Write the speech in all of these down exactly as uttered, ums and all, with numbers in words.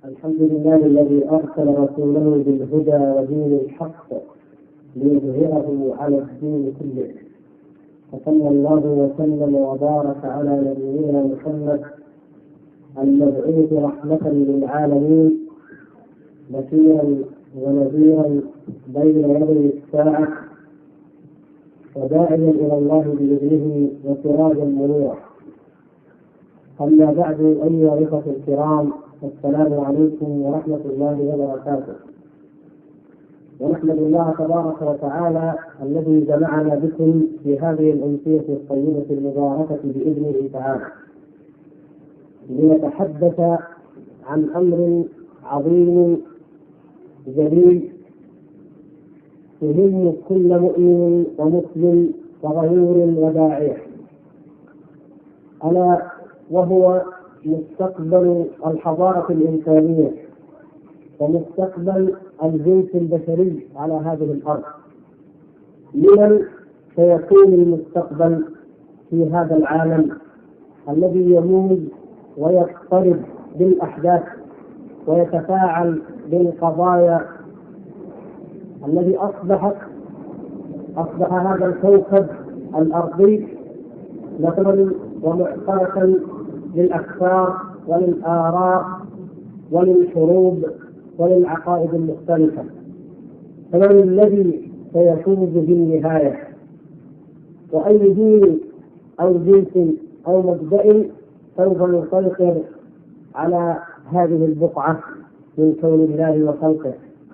الحمد لله الذي أرسل رسوله بالهدى ودين الحق ليظهره على الدين كله، وصلى الله وسلم وبارك على نبينا محمد المبعوث رحمة للعالمين بشيرا ونذيرا بين يدي الساعة وداعيا إلى الله بإذنه وسراجا منيرا. أما بعد، أيها الإخوة الكرام، السلام عليكم ورحمة الله وبركاته. ونحمد الله تبارك وتعالى الذي جمعنا بكم في هذه الأمسية الطيبة المباركة بإذنه تعالى لنتحدث عن أمر عظيم جليل يهم كل مؤمن ومسلم وغيور وداعية، ألا وهو مستقبل الحضارة الإنسانية ومستقبل الجنس البشري على هذه الأرض. لمن سيكون المستقبل في هذا العالم الذي يموج ويضطرب بالأحداث ويتفاعل بالقضايا، الذي أصبحت أصبح هذا الكوكب الأرضي مثلا ومعتركا للأفكار وللآراء وللحروب وللعقائد المختلفة. فمن الذي سيفوز بالنهاية؟ وأي دين أو جنس أو مبدأ سوف يسيطر على هذه البقعة من كون الله وخلقه؟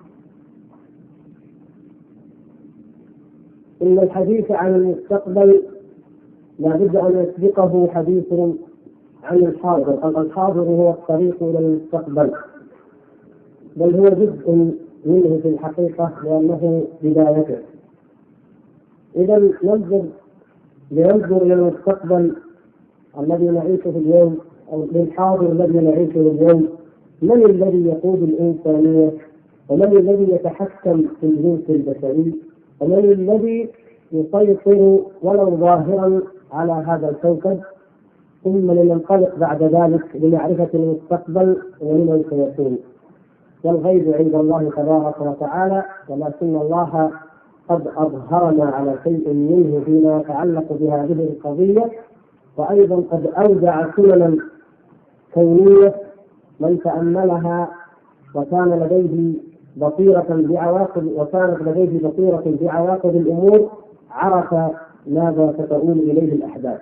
إن الحديث عن المستقبل لا بد أن يسبقه حديث عن الحاضر. الحاضر هو الطريق إلى المستقبل، بل هو جزء منه في الحقيقة لأنه بدايته. إذا ننظر لننظر إلى المستقبل الذي نعيشه اليوم أو للحاضر الذي نعيشه اليوم. من الذي يقود الإنسانية؟ ومن الذي يتحكم في الجنس البشري؟ ومن الذي يسيطر ولو ظاهرا على هذا الكوكب؟ ثم لننطلق بعد ذلك لمعرفة المستقبل ولمن سيكون. والغيب عند الله تبارك وتعالى، ولكن الله قد أظهرنا على شيء منه فيما يتعلق بهذه القضية، وأيضا قد أودع سننا كونية من تأملها وكان لديه بصيرة بعواقب وكانت لديه بصيرة بعواقب الأمور عرف ماذا ستؤول إليه الأحداث.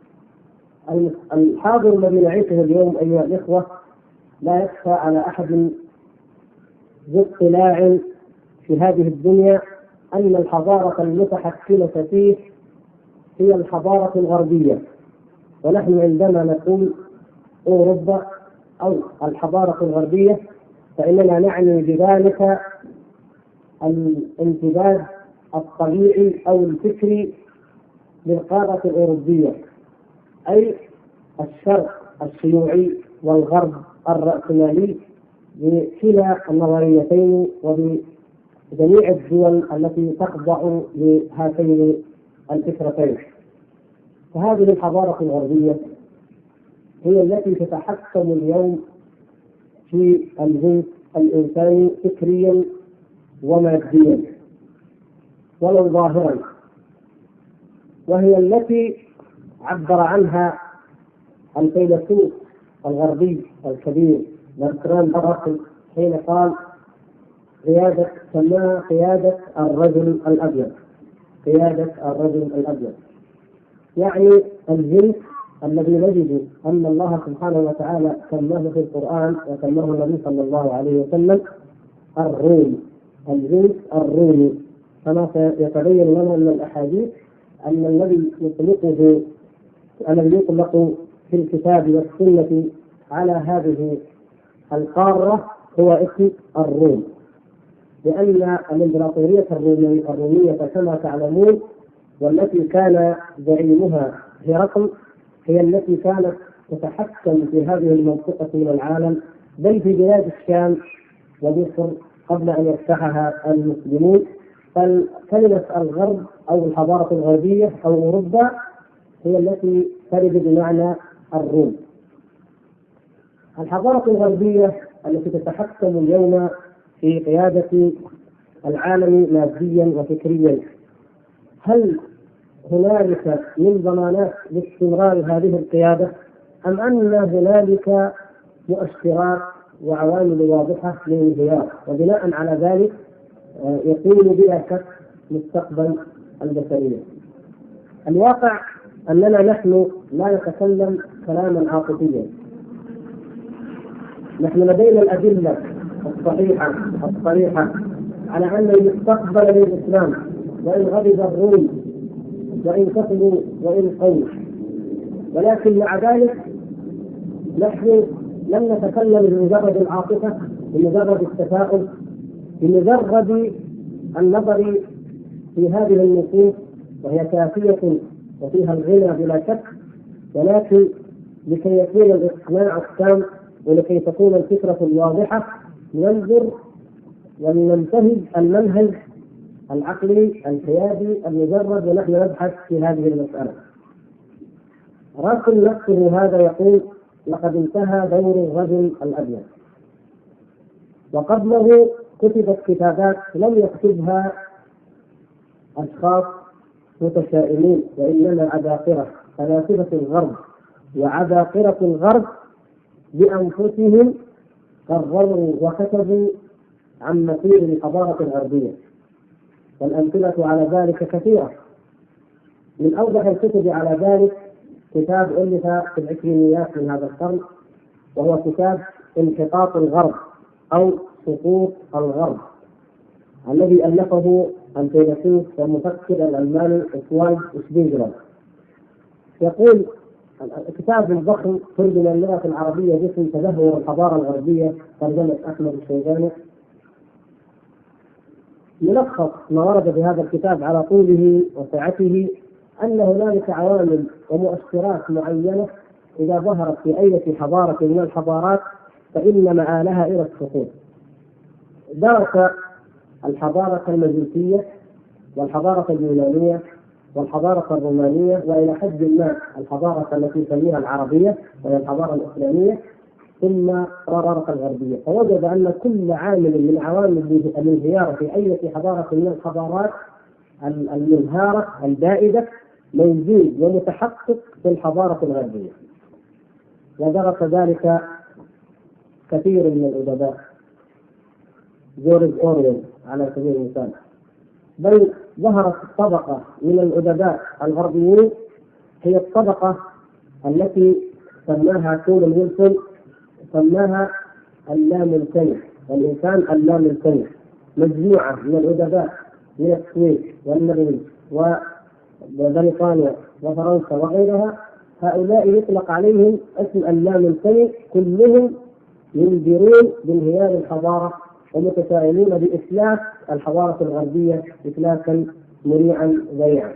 الحاضر الذي نعيشه اليوم أيها الإخوة لا يخفى على أحد ذي اطلاع في هذه الدنيا أن الحضارة المتحكمة فيه هي الحضارة الغربية. ونحن عندما نقول أوروبا أو الحضارة الغربية فإننا نعني بذلك الامتداد الطبيعي أو الفكري للقارة الأوروبية، أي الشرق الشيوعي والغرب الرأسمالي بكلا النظريتين وبجميع الدول التي تخضع لهاتين الفكرتين. فهذه الحضارة الغربية هي التي تتحكم اليوم في الجنس الإنساني فكريا وماديا ولو ظاهرا، وهي التي عبر عنها الفيلسوف الغربي الكبير برتراند راسل حين قال قيادة سماها قيادة الرجل الأبيض. قيادة الرجل الأبيض يعني الجنس الذي نجد أن الله سبحانه وتعالى سماه في القرآن وسماه النبي صلى الله عليه وسلم الروم، الجنس الرومي، كما سيتبين لنا من الأحاديث أن الذي يطلقه الذي يطلق في الكتاب والسنة على هذه القارة هو اسم الروم، لأن الإمبراطورية الرومية كما تعلمون والتي كان زعيمها هرقل هي التي كانت تتحكم في هذه المنطقة من العالم، بل في بلاد الشام ومصر قبل أن يفتحها المسلمون. فكلمة الغرب أو الحضارة الغربية أو أوروبا هي التي ترد بمعنى الروم. الحضارة الغربية التي تتحكم اليوم في قيادة العالم ماديا وفكريا، هل هنالك من ضمانات لاستمرار هذه القيادة، أم أن هنالك مؤشرات وعوامل واضحة للانهيار، وبناء على ذلك يكون بلا شك مستقبل البشرية؟ الواقع أننا نحن لا نتكلم كلاما عاطفيا، نحن لدينا الأدلة الصحيحة الصريحة على أن المستقبل للإسلام، وإن غضب الروم وإن كفروا وإن قووا، ولكن مع ذلك نحن لم نتكلم بمجرد العاطفة، بمجرد التفاؤل، بمجرد النظر في هذه النصوص وهي كافية وفيها الغنى بلا شك، ولكن لكي يكون الاقناع التام ولكي تكون الفكرة الواضحة ننظر وننتهج المنهج العقلي الحيادي المجرد ونحن نبحث في هذه المسألة. راسل نفسه هذا يقول: لقد انتهى دور الرجل الأبيض، وقبله كتبت كتابات لم يكتبها أشخاص متشائمين، وإنما عباقرة فلاسفة الغرب وعباقرة الغرب بأنفسهم قرروا وكتبوا عن مصير الحضارة الغربية، والأمثلة على ذلك كثيرة. من أوضح الكتب على ذلك كتاب ألف في العشرينيات من هذا القرن، وهو كتاب انحطاط الغرب أو سقوط الغرب، الذي ألفه الفيلسوف والمفكر الألماني أوسوالد شبينجلر. يقول كتاب ضخم ترجم اللغة العربية باسم تدهور الحضارة الغربية، ترجمة أحمد الشيباني. يلخص ما ورد في هذا الكتاب على طوله وسعته أن هنالك عوامل ومؤشرات معينة إذا ظهرت في أي حضارة من الحضارات فإن مآلها إلى السقوط. درس الحضارة المجوسية والحضارة اليونانية والحضارة الرومانية، وإلى حد ما الحضارة التي نسميها العربية وهي الحضارة الإسلامية، ثم الحضارة الغربية، فوجد أن كل عامل من عوامل الانهيار في أي حضارة من الحضارات المنهارة البائدة موجود ومتحقق في الحضارة الغربية. ودرس ذلك كثير من الأدباء، جورج أورويل على سبيل المثال، بل ظهرت طبقة من الأدباء الغربيين هي الطبقة التي سماها كول ويلسون، سماها اللاممكن، الإنسان اللاممكن. مجموعة من الأدباء من السويد والنرويج وبريطانيا وفرنسا وغيرها، هؤلاء يطلق عليهم اسم اللاممكن، كلهم ينذرون بانهيار الحضارة ومتسائلين بإفلاس الحضارة الغربية إفلاسا مريعا ذريعا.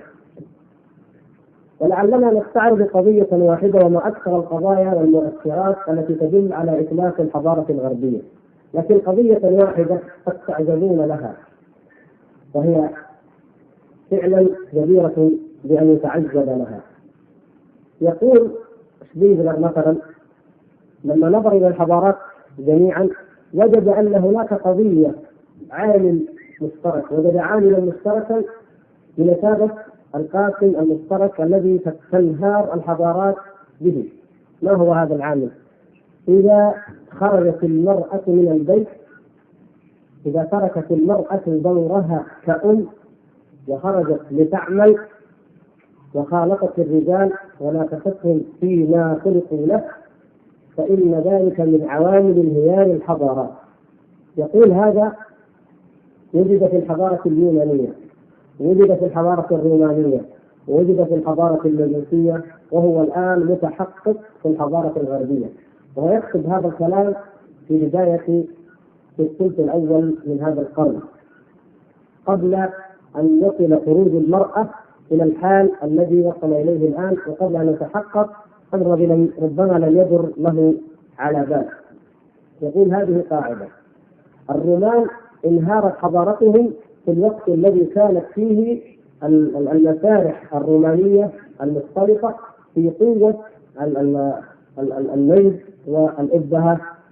ولعلنا نستعرض قضية واحدة وما أكثر القضايا والمؤثرات التي تدل على إفلاس الحضارة الغربية، لكن قضية واحدة قد تعجبون لها، وهي فعلا جديرة بأن يتعجب لها. يقول شبينجلر مثلا: لما نظر إلى الحضارات جميعا وجد أن هناك قضية عامل مشترك، وجد عاملا مشتركا بمثابة القاسم المشترك الذي تنهار الحضارات به. ما هو هذا العامل؟ إذا خرجت المرأة من البيت، إذا تركت المرأة دورها كأم وخرجت لتعمل وخالطت الرجال ونافستهم فيما خلقوا له، فإن ذلك من عوامل انهيار الحضارات. يقول هذا وجد في الحضارة اليونانية، وجد في الحضارة الرومانية، ووجد في الحضارة المجوسية، وهو الآن متحقق في الحضارة الغربية. وهو يكتب هذا الكلام في بداية في الثلث الأول من هذا القرن، قبل أن يصل خروج المرأة إلى الحال الذي وصل إليه الآن، وقبل أن يتحقق أمر ربما لم يدر له على بال. يقول هذه قاعدة: الرومان انهارت حضارتهم في الوقت الذي كانت فيه المسارح الرومانية المختلطة في قوة الليل والإبهة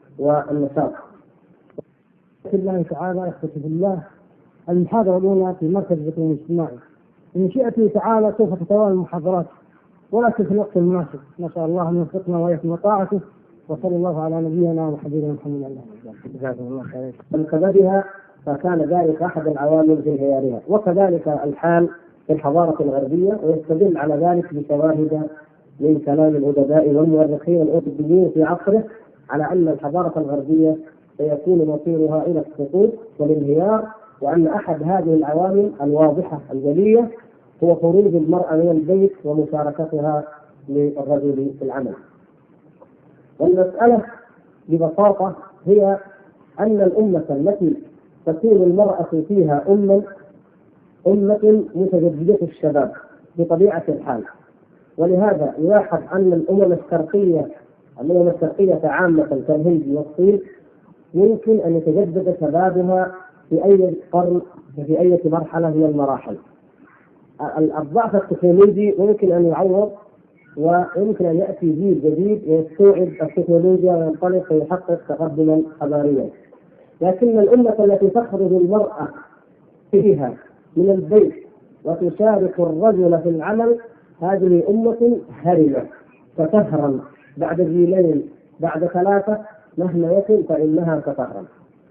والنشاط. بسم الله تعالى. اخوتي في الله، المحاضرة الأولى في مركز الذكر الاجتماعي. إن شئت تعالى سوف تتوالى المحاضرات ولكن في الوقت المناسب. نسأل الله أن يوفقنا وإياكم وطاعته، وصلى الله على نبينا وحبيبنا محمد الله. جزاكم الله خير. من سببها فكان ذلك أحد العوامل في انهيارها، وكذلك الحال في الحضارة الغربية، ويستدل على ذلك بشواهد من كلام الأدباء والمؤرخين الأوروبيين في عصره على أن الحضارة الغربية سيكون مصيرها إلى السقوط والانهيار، وأن أحد هذه العوامل الواضحة الجلية هو خروج المرأة من البيت ومشاركتها للرجل في العمل. والمسألة ببساطة هي أن الأمة التي تكون المرأة فيها أمة أمة متجددة الشباب بطبيعة الحال، ولهذا يلاحظ أن الأمم الشرقية الأمم الشرقية عامة كالهند والصين يمكن أن يتجدد شبابها في أي قرن وفي أي مرحلة من المراحل. الضعف التكنولوجي ممكن أن يعوض، ويمكن أن يأتي جيل جديد يستوعب التكنولوجيا وينطلق ويحقق تقدما حضاريا. لكن الأمة التي تخرج المرأة فيها من البيت وتشارك الرجل في العمل هذه أمة هرمة ستهرم بعد جيلين بعد ثلاثة مهما يكن فإنها ستهرم.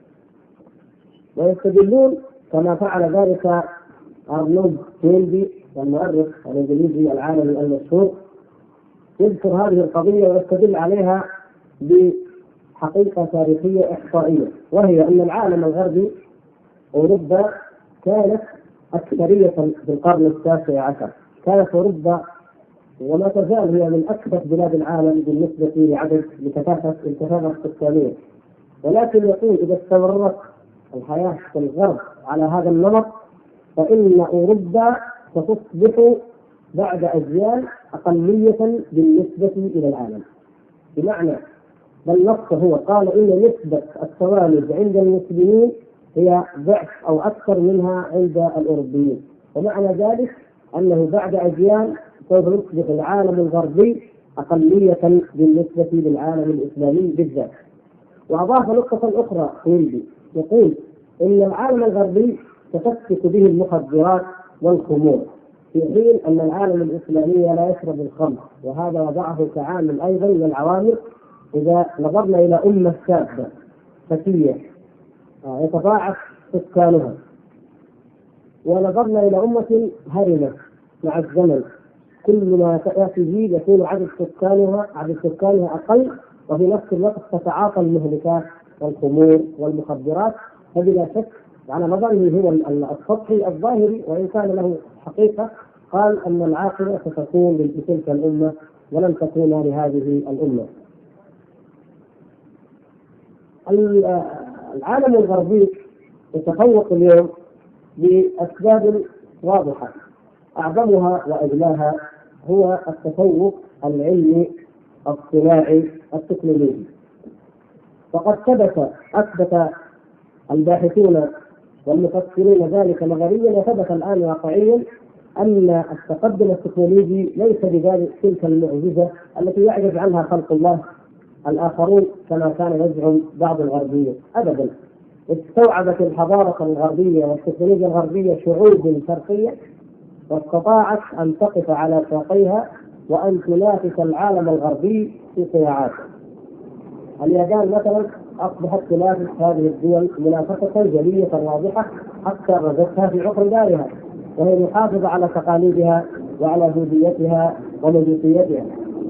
ويستدلون كما فعل ذلك أرنولد توينبي والمؤرخ الإنجليزي العالمي المشهور، يذكر هذه القضية ويستدل عليها بحقيقة تاريخية إحصائية، وهي أن العالم الغربي أوروبا كانت أكثرية في القرن التاسع عشر، كانت أوروبا وما تزال هي من أكثر بلاد العالم بالنسبة لعدد لكثافة الكثافة السكانية، ولكن يقول إذا استمرت الحياة في الغرب على هذا النمط فإن أوروبا ستصبح بعد أجيال أقلية بالنسبة إلى العالم. بمعنى بل نص هو قال إن نسبة التوالد عند المسلمين هي ضعف أو أكثر منها عند الأوروبيين، ومعنى ذلك أنه بعد أجيال سوف يصبح العالم الغربي أقلية بالنسبة للعالم الإسلامي بالذات. وأضاف نقطة أخرى توينبي يقول إن العالم الغربي تفكك به المخدرات والخمور، في حين أن العالم الإسلامي لا يشرب الخمر، وهذا وضعه كعامل أيضا من العوامل. إذا نظرنا إلى أمة شابة فتية يتضاعف سكانها، ونظرنا إلى أمة هرمة مع الزمن كل ما يأتي جيل يكون عدد سكانها عدد سكانها أقل، وفي نفس الوقت تتعاطى المهلكات والخمور والمخدرات، فبلا شك على نظره هو السطحي الظاهري وإن كان له حقيقة قال أن العاقبة ستكون لتلك الأمة ولن تكون لهذه الأمة. العالم الغربي يتفوق اليوم بأسباب واضحة، أعظمها وأجلاها هو التفوق العلمي الصناعي التكنولوجي. فقد ثبت أثبت الباحثون والمفكرون ذلك نظريا، وثبت الآن واقعيا أن التقدم التكنولوجي ليس بذلك تلك المعجزة التي يعجز عنها خلق الله الآخرون كما كان يزعم بعض الغربيين أبدا. استوعبت الحضارة الغربية والتكنولوجيا الغربية شعوب شرقية واستطاعت أن تقف على ساقيها وأن تنافس العالم الغربي في صناعاته. اليابان مثلا أصبحت تنافس هذه الدول منافسة جلية واضحة حتى رزقتها في عقر دارها، وهي محافظة على تقاليدها وعلى هويتها ومجوسيتها.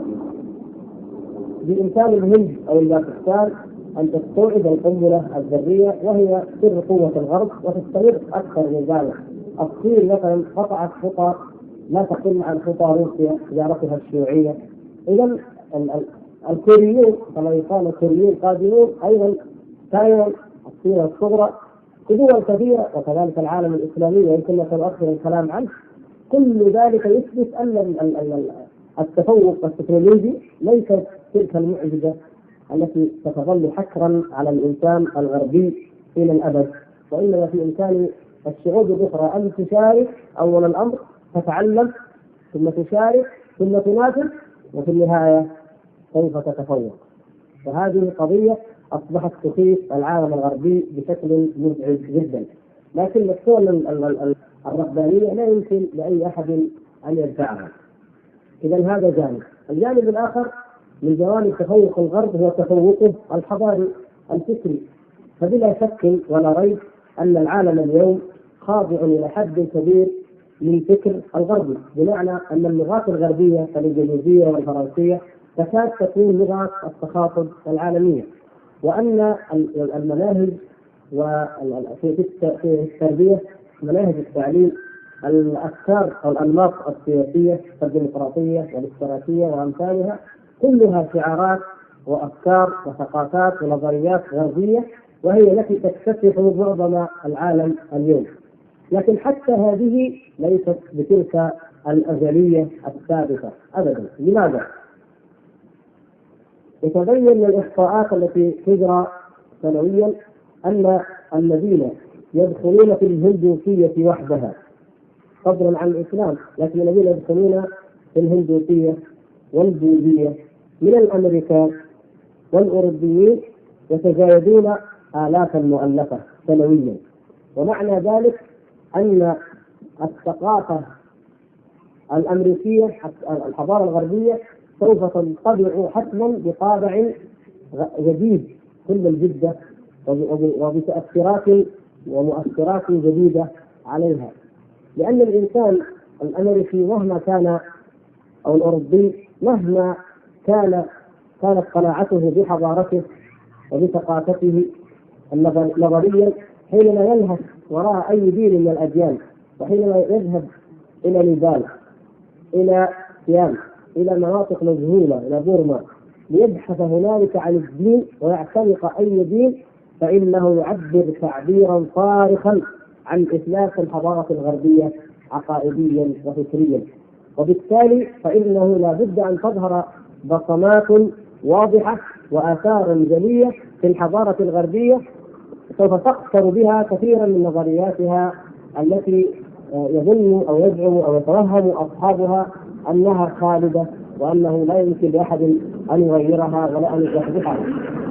بإمكان الهند أو الباكستان أن تستوعب القنبلة الذرية وهي سر قوة الغرب وتستمر أكثر من ذلك. الصين مثلا قطعت خطى لا تقل عن خطى روسيا تجارتها الشيوعية. إذا الكوريين كما يقال الكوريين قادمون أيضا تايوان الصين الصغرى دول كثيرة، وكذلك العالم الإسلامي ويمكن سنؤخر الكلام عنه. كل ذلك يثبت أن التفوق التكنولوجي ليس تلك المعجزة التي ستظل حكرا على الإنسان الغربي إلى الأبد، وإنما في إمكان الشعوب الأخرى أن تشارك أول الأمر، تتعلم ثم تشارك ثم تنافس، وفي النهاية كيف تتفوق. وهذه قضية أصبحت تخيف العالم الغربي بشكل مزعج جدا. لكن الصور الربانية لا يمكن لأي أحد أن يدفعها. إذا هذا جانب. الجانب الآخر من جوانب تفوق الغرب هو تفوقه الحضاري الفكري. فبلا شك ولا ريب أن العالم اليوم خاضع إلى حد كبير من فكر الغربي، بمعنى أن اللغات الغربية كالإنجليزية والفرنسية تكاد تكون لغة التخاطب العالمية، وأن المناهج وفي التربية مناهج التعليم الأفكار أو الأنماط السياسية كالديمقراطية والاشتراكية وأمثالها كلها شعارات وأفكار وثقافات ونظريات غربية، وهي التي تكتسح معظم العالم اليوم. لكن حتى هذه ليست بتلك الأزلية الثابتة أبدا. لماذا؟ يتبين من الإحصاءات التي تجرى سنويا أن الذين يدخلون في الهندوسية وحدها فضلا عن الإسلام، لكن الذين يدخلون في الهندوسية والبوذية من الأمريكان والأوروبيين يتزايدون آلافا مؤلفة سنويا. ومعنى ذلك أن الثقافة الأمريكية الحضارة الغربية سوف تنطبع حتما بطابع جديد كل الجدة وبتأثيرات ومؤثرات جديدة عليها، لأن الإنسان الأمريكي مهما كان أو الأوروبي مهما كان كانت قناعته بحضارته وبثقافته النظرية، حينما يلهث وراء أي دين من الأديان، وحينما يذهب إلى نيبال إلى سيام إلى مناطق مجهولة إلى بورما ليبحث هنالك عن الدين ويعتنق أي دين، فإنه يعبر تعبيرا صارخا عن إفلاس الحضارة الغربية عقائديا وفكريا. وبالتالي فإنه لا بد أن تظهر بصمات واضحة وآثار جلية في الحضارة الغربية سوف تقصر بها كثيرا من نظرياتها التي يظن أو يزعم أو يتوهم أصحابها أنها خالدة وأنه لا يمكن لأحد أن يغيرها ولا أن يصححها.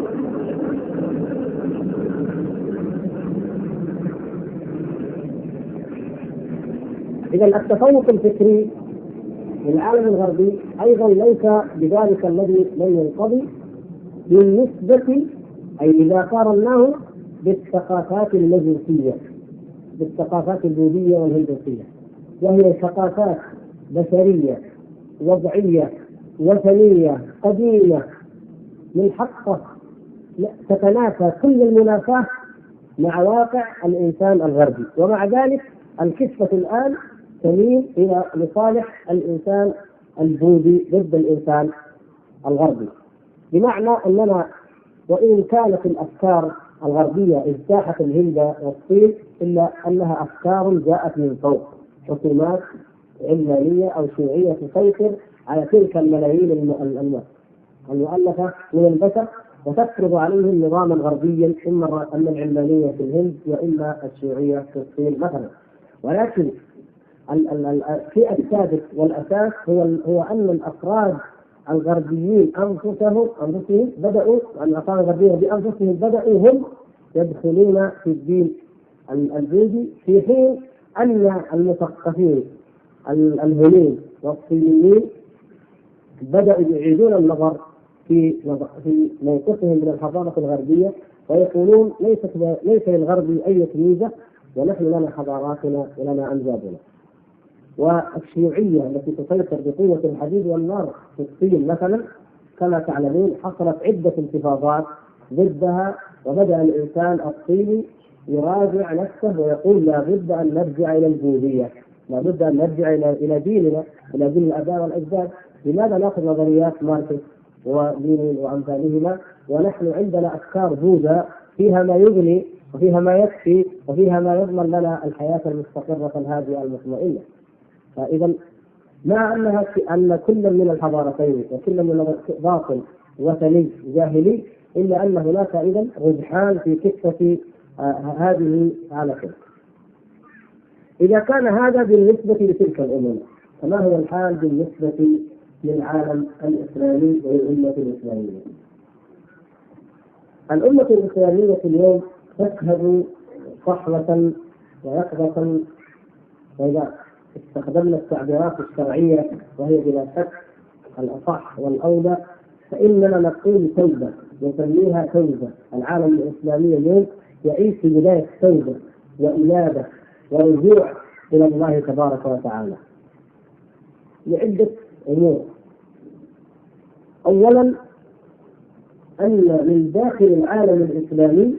إذا التفوق الفكري للعالم الغربي أيضا ليس بذلك الذي لم ينقضي بالنسبة، أي إذا قارناه بالثقافات المجوسية بالثقافات البوذية والهندوسية، وهي ثقافات بشرية وضعية وثنية قديمة من حقه تتنافى كل المنافاة مع واقع الإنسان الغربي. ومع ذلك الكفة الآن تميل إلى لصالح الإنسان البوذي ضد الإنسان الغربي، بمعنى أننا وإن كانت الأفكار الغربية اجتاحت الهند والصين إلا أنها أفكار جاءت من فوق، حكومات علمانية أو شيوعية تسيطر على تلك الملايين المؤلفة من البشر وتفرض عليهم نظاما غربيا، إما أن العلمانية في الهند وإما الشيوعية في الصين مثلا. ولكن الشيء الثابت والأساس هو هو أن الأفراد الغربيين أنفسهم أنفسهم بدأوا الأفراد الغربيين بأنفسهم بدأوا هم يدخلون في الدين البوذي، في حين أن المثقفين الهنود والصينيين بدأوا يعيدون النظر في في موقفهم من الحضارة الغربية ويقولون ليست ليس للغرب أي ميزة ونحن لنا حضاراتنا ولنا أمجادنا. والشيوعية التي تسيطر بقوة الحديد والنار في الصين مثلا كما تعلمون حصلت عدة انتفاضات ضدها، وبدأ الإنسان الصيني يراجع نفسه ويقول لا بد أن نرجع إلى البوذية، لا بد أن نرجع إلى إلى ديننا إلى دين الآباء والأجداد. لماذا نأخذ نظريات ماركس ولينين وأمثالهما ونحن عندنا أفكار بوذا فيها ما يغني وفيها ما يكفي وفيها ما يضمن لنا الحياة المستقرة الهادئة المطمئنة؟ فإذا مع أنها أن كل من الحضارتين وكل من باطل وثني جاهلي، إلا أن هناك إذا رجحان في كفة آه هذه على كل. إذا كان هذا بالنسبة لتلك الأمم، فما هو الحال بالنسبة للعالم الإسلامي والأمة الإسلامية؟ الأمة الإسلامية اليوم تشهد صحوة ويقظة، وإذا استخدمنا التعبيرات الشرعية وهي بلا شك الأصح والأولى فإننا نقول توبة، نسميها توبة. العالم الإسلامي اليوم يعيش في بداية توبة وإنابة ورجوع إلى الله تبارك وتعالى لعدة أمور. أولا أن من داخل العالم الإسلامي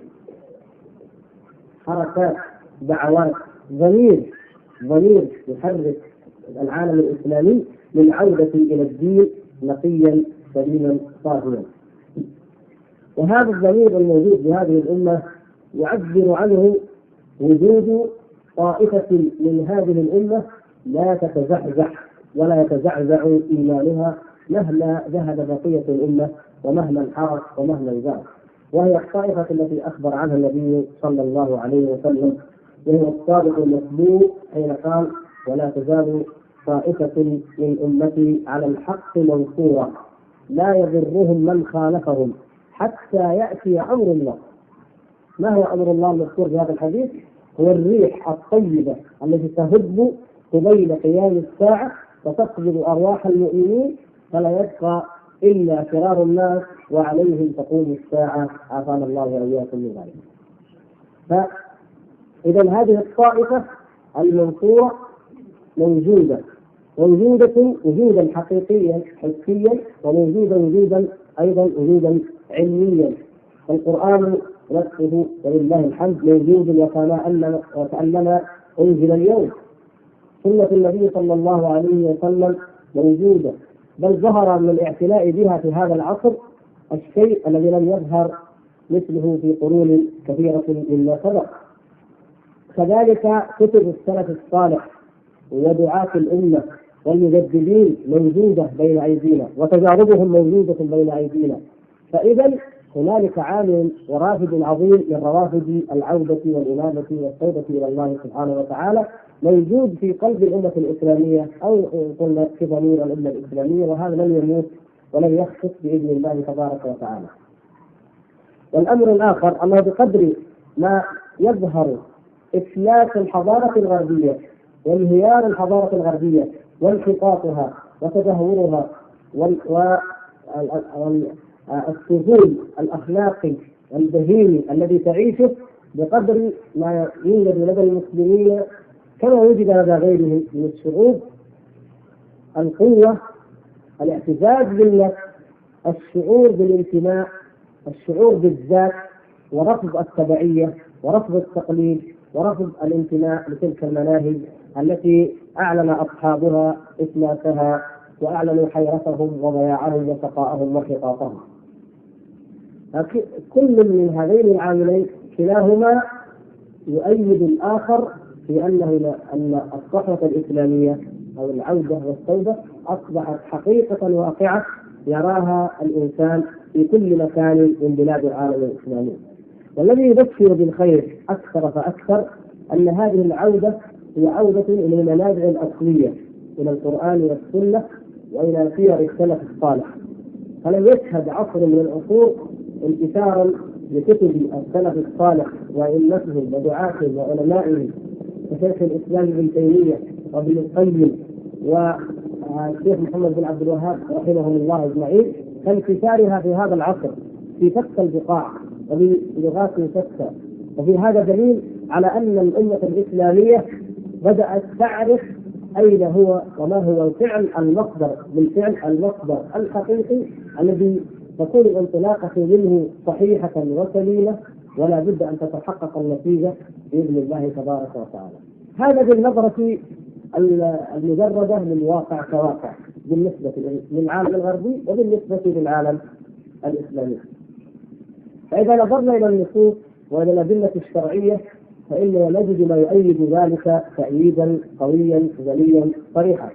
حركات دعوات ضمير ضمير يحرك العالم الإسلامي للعودة إلى الدين نقيا سليما صافيا. وهذا الضمير الموجود بهذه الأمة يعبر عنه وجود طائفة من هذه الأمة لا تتزحزح ولا يتزعزع إيمانها مهما ذهب بقية الأمة ومهما انحرف ومهما انزعج، وهي الطائفة التي أخبر عنها النبي صلى الله عليه وسلم، وهو الصادق المصدوق حين قال: ولا تزال طائفة من أمتي على الحق منصورة لا يضرهم من خالفهم حتى يأتي أمر الله. ما هو أمر الله المذكور في هذا الحديث؟ هو الريح الطيبة التي تهب قبيل قيام الساعة وتقبض أرواح المؤمنين فلا يبقى إلا شرار الناس وعليهم تقوم الساعة، عافانا الله وإياكم من ذلك. فإذا هذه الطائفة المنصورة موجودة وجودة وجودا حقيقيا حسيا، وموجودا وجودا أيضا وجودا علميا. القرآن نفسه ولله الحمد موجود وكأنما أنزل اليوم. سنة النبي صلى الله عليه وسلم موجودة، بل ظهر من الاعتناء بها في هذا العصر الشيء الذي لم يظهر مثله في قرون كثيرة مما سبق. كذلك كتب السلف الصالح ودعاة الأمة والمجددين موجودة بين أيدينا، وتجاربهم موجودة بين أيدينا. فإذا هنالك عامل ورافد عظيم من روافد العودة والإنابة والتوبة إلى الله سبحانه وتعالى موجود في قلب الأمة الإسلامية، أو قلنا في ضمير الأمة الإسلامية، وهذا لن يموت ولن يخطف بإذن الله تبارك وتعالى. والأمر الآخر أنه بقدر ما يظهر إفلاس الحضارة الغربية وانهيار الحضارة الغربية وانحطاطها وتدهورها والسجون الأخلاقي البهيمي الذي تعيشه، بقدر ما يوجد لدى المسلمين كما وجد لدى غيرهم من الشعوب القوة، الاعتزاز بالنفس، الشعور بالانتماء، الشعور بالذات، ورفض التبعية ورفض التقليد ورفض الانتماء لتلك المناهج التي أعلن أصحابها إفلاسها وأعلنوا حيرتهم وضياعهم وسقاءهم وانحطاطهم. كل من هذين العاملين كلاهما يؤيد الآخر في أنه أن الصحوة الإسلامية أو العودة والتوبة أصبحت حقيقة واقعة يراها الإنسان في كل مكان من بلاد العالم الإسلامي. والذي يبشر بالخير أكثر فأكثر أن هذه العودة هي عودة إلى المنابع الأصلية، إلى القرآن والسنة وإلى سير السلف الصالح. فلم يشهد عصر من العصور انتشارا لكتب السلف الصالح وأئمتهم ودعاتهم وعلمائهم كشيخ الإسلام ابن تيمية وابن القيم والشيخ محمد بن عبد الوهاب رحمهم الله أجمعين، كانتشارها في هذا العصر في شتى البقاع وبلغات شتى. وفي هذا دليل على أن الأمة الإسلامية بدأت تعرف أين هو وما هو الفعل المصدر بالفعل المصدر الحقيقي الذي تكون الانطلاقة منه صحيحة وسليمة، ولا بد أن تتحقق النتيجة بإذن الله تبارك وتعالى. هذا بالنظرة المجردة للواقع كواقع بالنسبة للعالم الغربي وبالنسبة للعالم الإسلامي. فإذا نظرنا إلى النصوص وإلى الأدلة الشرعية فإننا نجد ما يؤيد ذلك تأييدا قويا جليا صريحا.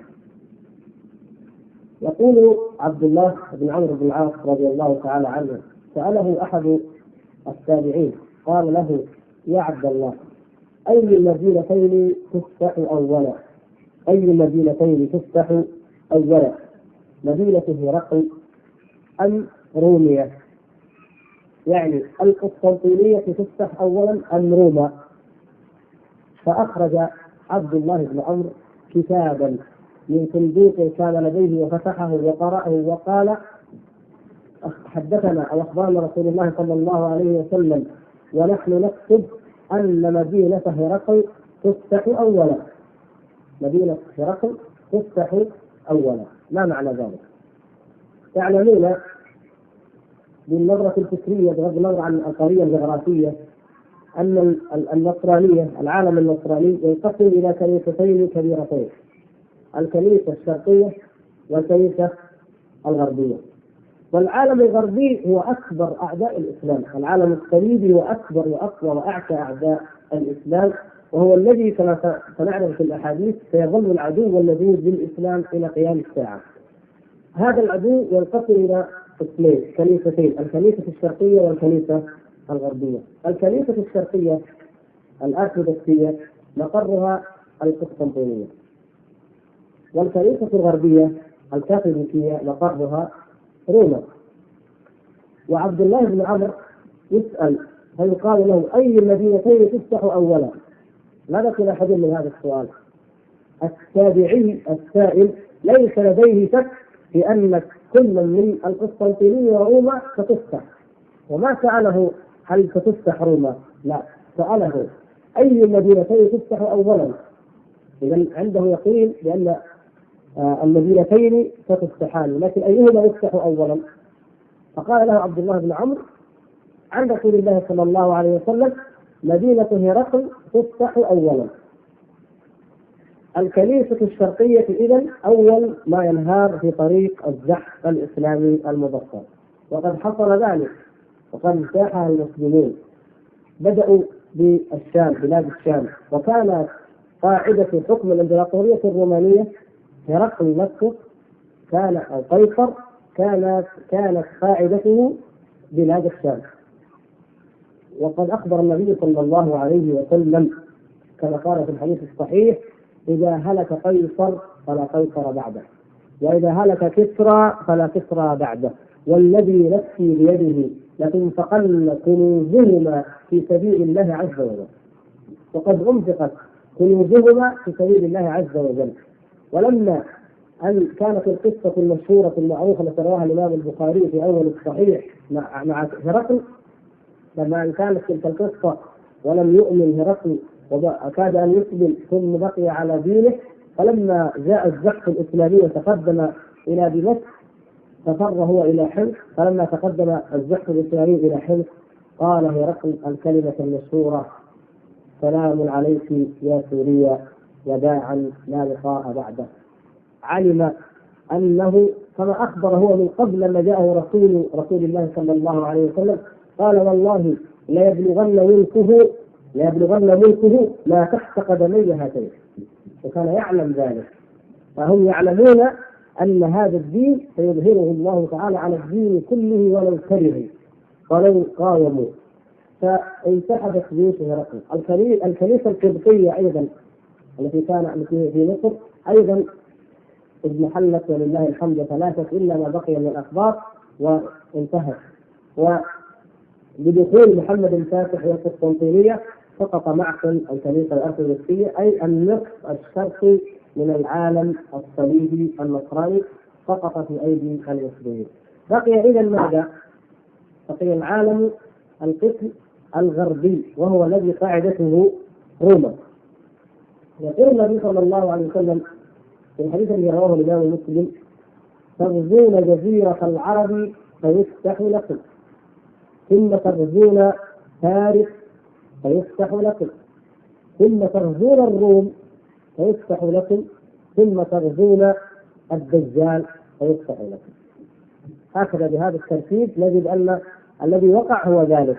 يقول عبد الله بن عمرو بن العاص رضي الله تعالى عنه: سأله أحد التابعين قال له: يا عبد الله، أي المدينتين تفتح أولا؟ أي المدينتين تفتح أولا؟ مدينة هرقل أم رومية؟ يعني القسطنطينية تفتح أولا أم روما؟ فأخرج عبد الله بن عمرو كتابا من صندوق كان لديه وفتحه وقرأه وقال: حدثنا أو أخبرنا رسول الله صلى الله عليه وسلم ونحن نكتب أن مدينة هرقل تفتح أولا. مدينة هرقل تفتح أولا. ما معنى ذلك؟ تعلمون بالنظرة الفكرية بغض النظر عن القضية الجغرافية أن النصرانية، العالم النصراني ينقسم إلى كنيستين كبيرتين: الكنيسة الشرقية والكنيسة الغربية. والعالم الغربي هو أكبر أعداء الإسلام، العالم الصليبي هو أكبر وأقوى وأعتى أعداء الإسلام، وهو الذي كما سنعرف في الأحاديث سيظل العدو واللذيذ للإسلام إلى قيام الساعة. هذا العدو ينقسم إلى قسمين: كنيستين، الكنيسة الشرقية والكنيسة الغربية. الكنيسة الشرقية الأرثوذكسية مقرها القسطنطينية، والكنيسة الغربية الكاثوليكية مقرها روما. وعبد الله بن عمرو يسأل فيقال له: أي المدينتين تفتح أولا؟ ماذا كنا حديث من هذا السؤال؟ التابعي السائل ليس لديه شك في أن كل من القسطنطينية وروما ستفتح، وما سأله هل ستفتح روما، لا، سأله أي المدينتين تفتح أولا. إذن عنده يقين بأن المدينتين ستفتحان، لكن أيهما يفتح أولا؟ فقال له عبد الله بن عمرو عن رسول الله صلى الله عليه وسلم: مدينة هرقل تفتح أولا. الكنيسة الشرقية إذن أول ما ينهار في طريق الزحف الإسلامي المبكر، وقد حصل ذلك وقد انتاحها المسلمين. بدأوا بالشام، بلاد الشام، وكانت قاعدة حكم الإمبراطورية الرومانية هرقل نفسه كان أو قيصر كانت كانت قاعدته بلاد الشام. وقد أخبر النبي صلى الله عليه وسلم كما قال في الحديث الصحيح: إذا هلك قيصر فلا قيصر بعده، وإذا هلك كسرى فلا كسرى بعده، والذي نفسي بيده لتنفقن كنوزهما في سبيل الله عز وجل. وقد أنفقت كنوزهما في سبيل الله عز وجل. ولما أن كانت القصة المشهورة المعروفة التي رواها الإمام البخاري في أول الصحيح مع مع هرقل، لما أن كانت تلك القصة ولم يؤمن هرقل وكاد أن يسلم ثم بقي على دينه، فلما جاء الزحف الإسلامي وتقدم إلى دمشق ففر هو إلى حمص. فلما تقدم الزحف الإسلامي إلى حمص قال هرقل الكلمة المشهورة: سلام عليك يا سوريا وداعا لا لقاء بعده. علم أنه كما أخبر هو من قبل لما جاءه رسول رسول الله صلى الله عليه وسلم قال: والله لا يبلغن ملكه لا يبلغن ملكه ما تحت قدمي هاتين. وكان يعلم ذلك. فهم يعلمون أن هذا الدين سيظهره الله تعالى على الدين كله ولو كرهوا ولو قاوموا. فانسحبت جيوش هرقل. الكنيسة القبطية أيضا التي كانت في مصر أيضا اضمحلت ولله الحمد ثلاثة إلا ما بقي من الأخبار وانتهت. وبدخول محمد الفاتح إلى القسطنطينية سقط معقل الكنيسة الأرثوذكسية، أي النصف الشرقي من العالم الصليبي النصراني سقط في أيدي المسلمين. بقي إذا ماذا؟ بقي العالم القسم الغربي وهو الذي قاعدته روما. يقول النبي صلى الله عليه وسلم في الحديث الذي رواه الإمام مسلم: تغزون جزيرة العرب فيفتح لكم، ثم تغزون فارس فيفتح لكم، ثم تغزون الروم فيفتح لكم، ثم تغزون الدجال فيفتح لكم. هكذا بهذا الترتيب نجد أن الذي وقع هو ذلك.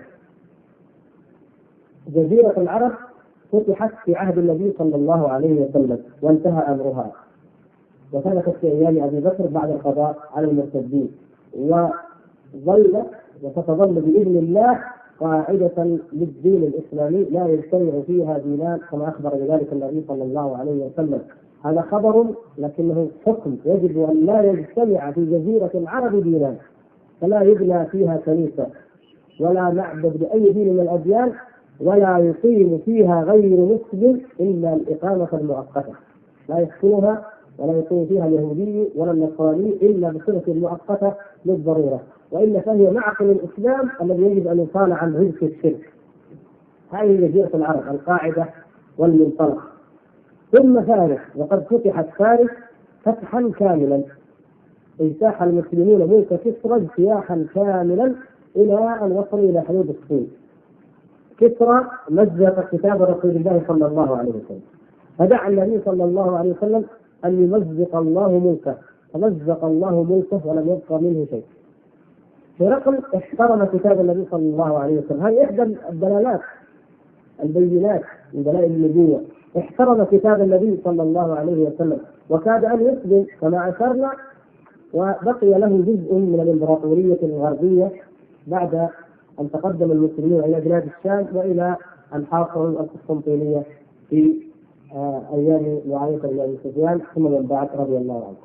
جزيرة العرب فتحت في عهد النبي صلى الله عليه وسلم وانتهى أمرها، وكانت في أيام أبي بكر بعد القضاء على المرتدين، وظلت وستظل بإذن الله قاعدة للدين الإسلامي لا يجتمع فيها دينان كما أخبر بذلك النبي صلى الله عليه وسلم. هذا خبر لكنه حكم، يجب أن لا يجتمع في جزيرة العرب دينان، فلا يبنى فيها كنيسة ولا معبد لأي دين من الأديان، ولا يقيم فيها غير مسلم إلا الإقامة المؤقتة، لا يسكنها ولا يقيم فيها اليهودي ولا النصراني إلا بصفة مؤقتة للضرورة، وإلا فهي معقل الإسلام الذي يجب أن يصان عن رزق الشرك. هذه جزيرة العرب القاعدة والمنطلق. ثم فارس، وقد فتحت فارس فتحا كاملا، اجتاح المسلمون ملك كسرى اجتياحا كاملا إلى أن وصلوا إلى حدود الصين. كسرى مزق كتاب رسول الله صلى الله عليه وسلم، فدعا النبي صلى الله عليه وسلم أن يمزق الله ملكه، فمزق الله ملكه ولم يبقى منه شيء. هرقل احترم كتاب النبي صلى الله عليه وسلم، هذه إحدى الدلالات البينات من دلائل النبوة. احترم كتاب النبي صلى الله عليه وسلم وكاد أن يسلم كما أشرنا، وبقي له جزء من الإمبراطورية الغربية بعد أن تقدم المسلمين إلى بلاد الشام وإلى أن حاصروا القسطنطينية في أيام معاوية بن أبي سفيان ثم من بعد رضي الله عنه.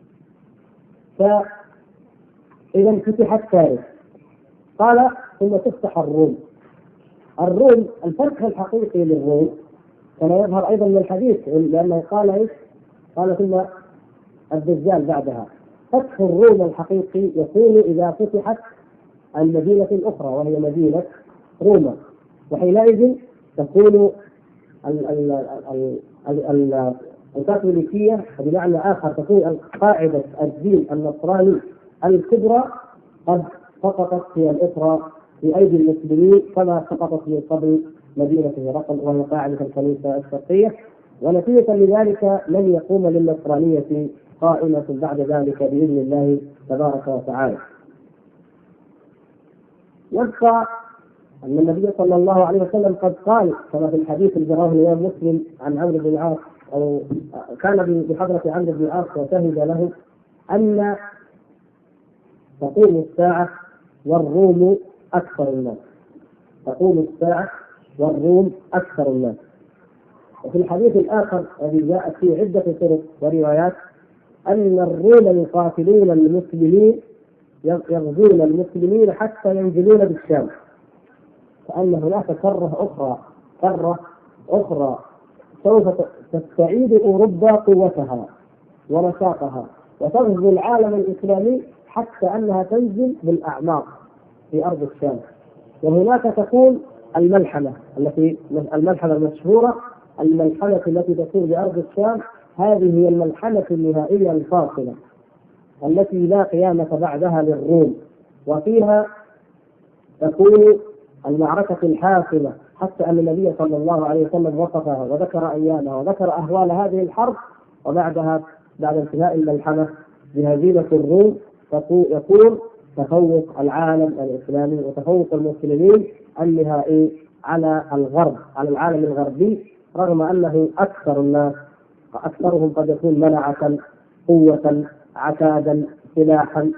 فإذا فتحت فارس، قال ثم تفتح الروم. الروم الفرق الحقيقي للروم كما يظهر أيضا من الحديث، لأنه قال إيش؟ قال ثم الدجال بعدها. فتح الروم الحقيقي يكون إذا فتحت المدينة الأخرى وهي مدينة روما، وحينئذ تكون الكاثوليكية بمعنى آخر، تكون قاعدة الدين النصراني الكبرى قد سقطت هي الأخرى في أيدي المسلمين كما سقطت من قبل مدينة هرقل وهي قاعدة الكنيسة الشرقية. ونتيجة لذلك لن يقوم للنصرانية قائمة بعد ذلك بإذن الله تبارك وتعالى. يبقى أن النبي صلى الله عليه وسلم قد قال كما في الحديث الذي رواه الإمام مسلم عن عمرو بن العاص، أو كان بحضرة عمرو بن العاص وشهد له أن تقوم الساعة والروم أكثر الناس، تقوم الساعة والروم أكثر الناس. وفي الحديث الآخر الذي جاءت فيه عدة طرق وروايات أن الروم يقاتلون المسلمين يغزون المسلمين حتى ينزلون بالشام، فأن هناك كرة أخرى كرة أخرى سوف تستعيد أوروبا قوتها ونشاطها وتغزو العالم الإسلامي حتى أنها تنزل بالأعماق في أرض الشام. وهناك تكون الملحمة التي الملحمة المشهورة، الملحمة التي تكون بأرض الشام، هذه هي الملحمة النهائية الفاصلة التي لا قيامة بعدها للروم، وفيها تكون المعركة الحاسمة، حتى أن النبي صلى الله عليه وسلم وصفها وذكر أيامها وذكر أهوال هذه الحرب. وبعدها بعد انتهاء الملحمة بهزيمة الروم يكون تفوق العالم الإسلامي وتفوق المسلمين النهائي على الغرب، على العالم الغربي، رغم أنه أكثر الناس وأكثرهم قد يكون منعة، قوة، عتادا، سلاحا.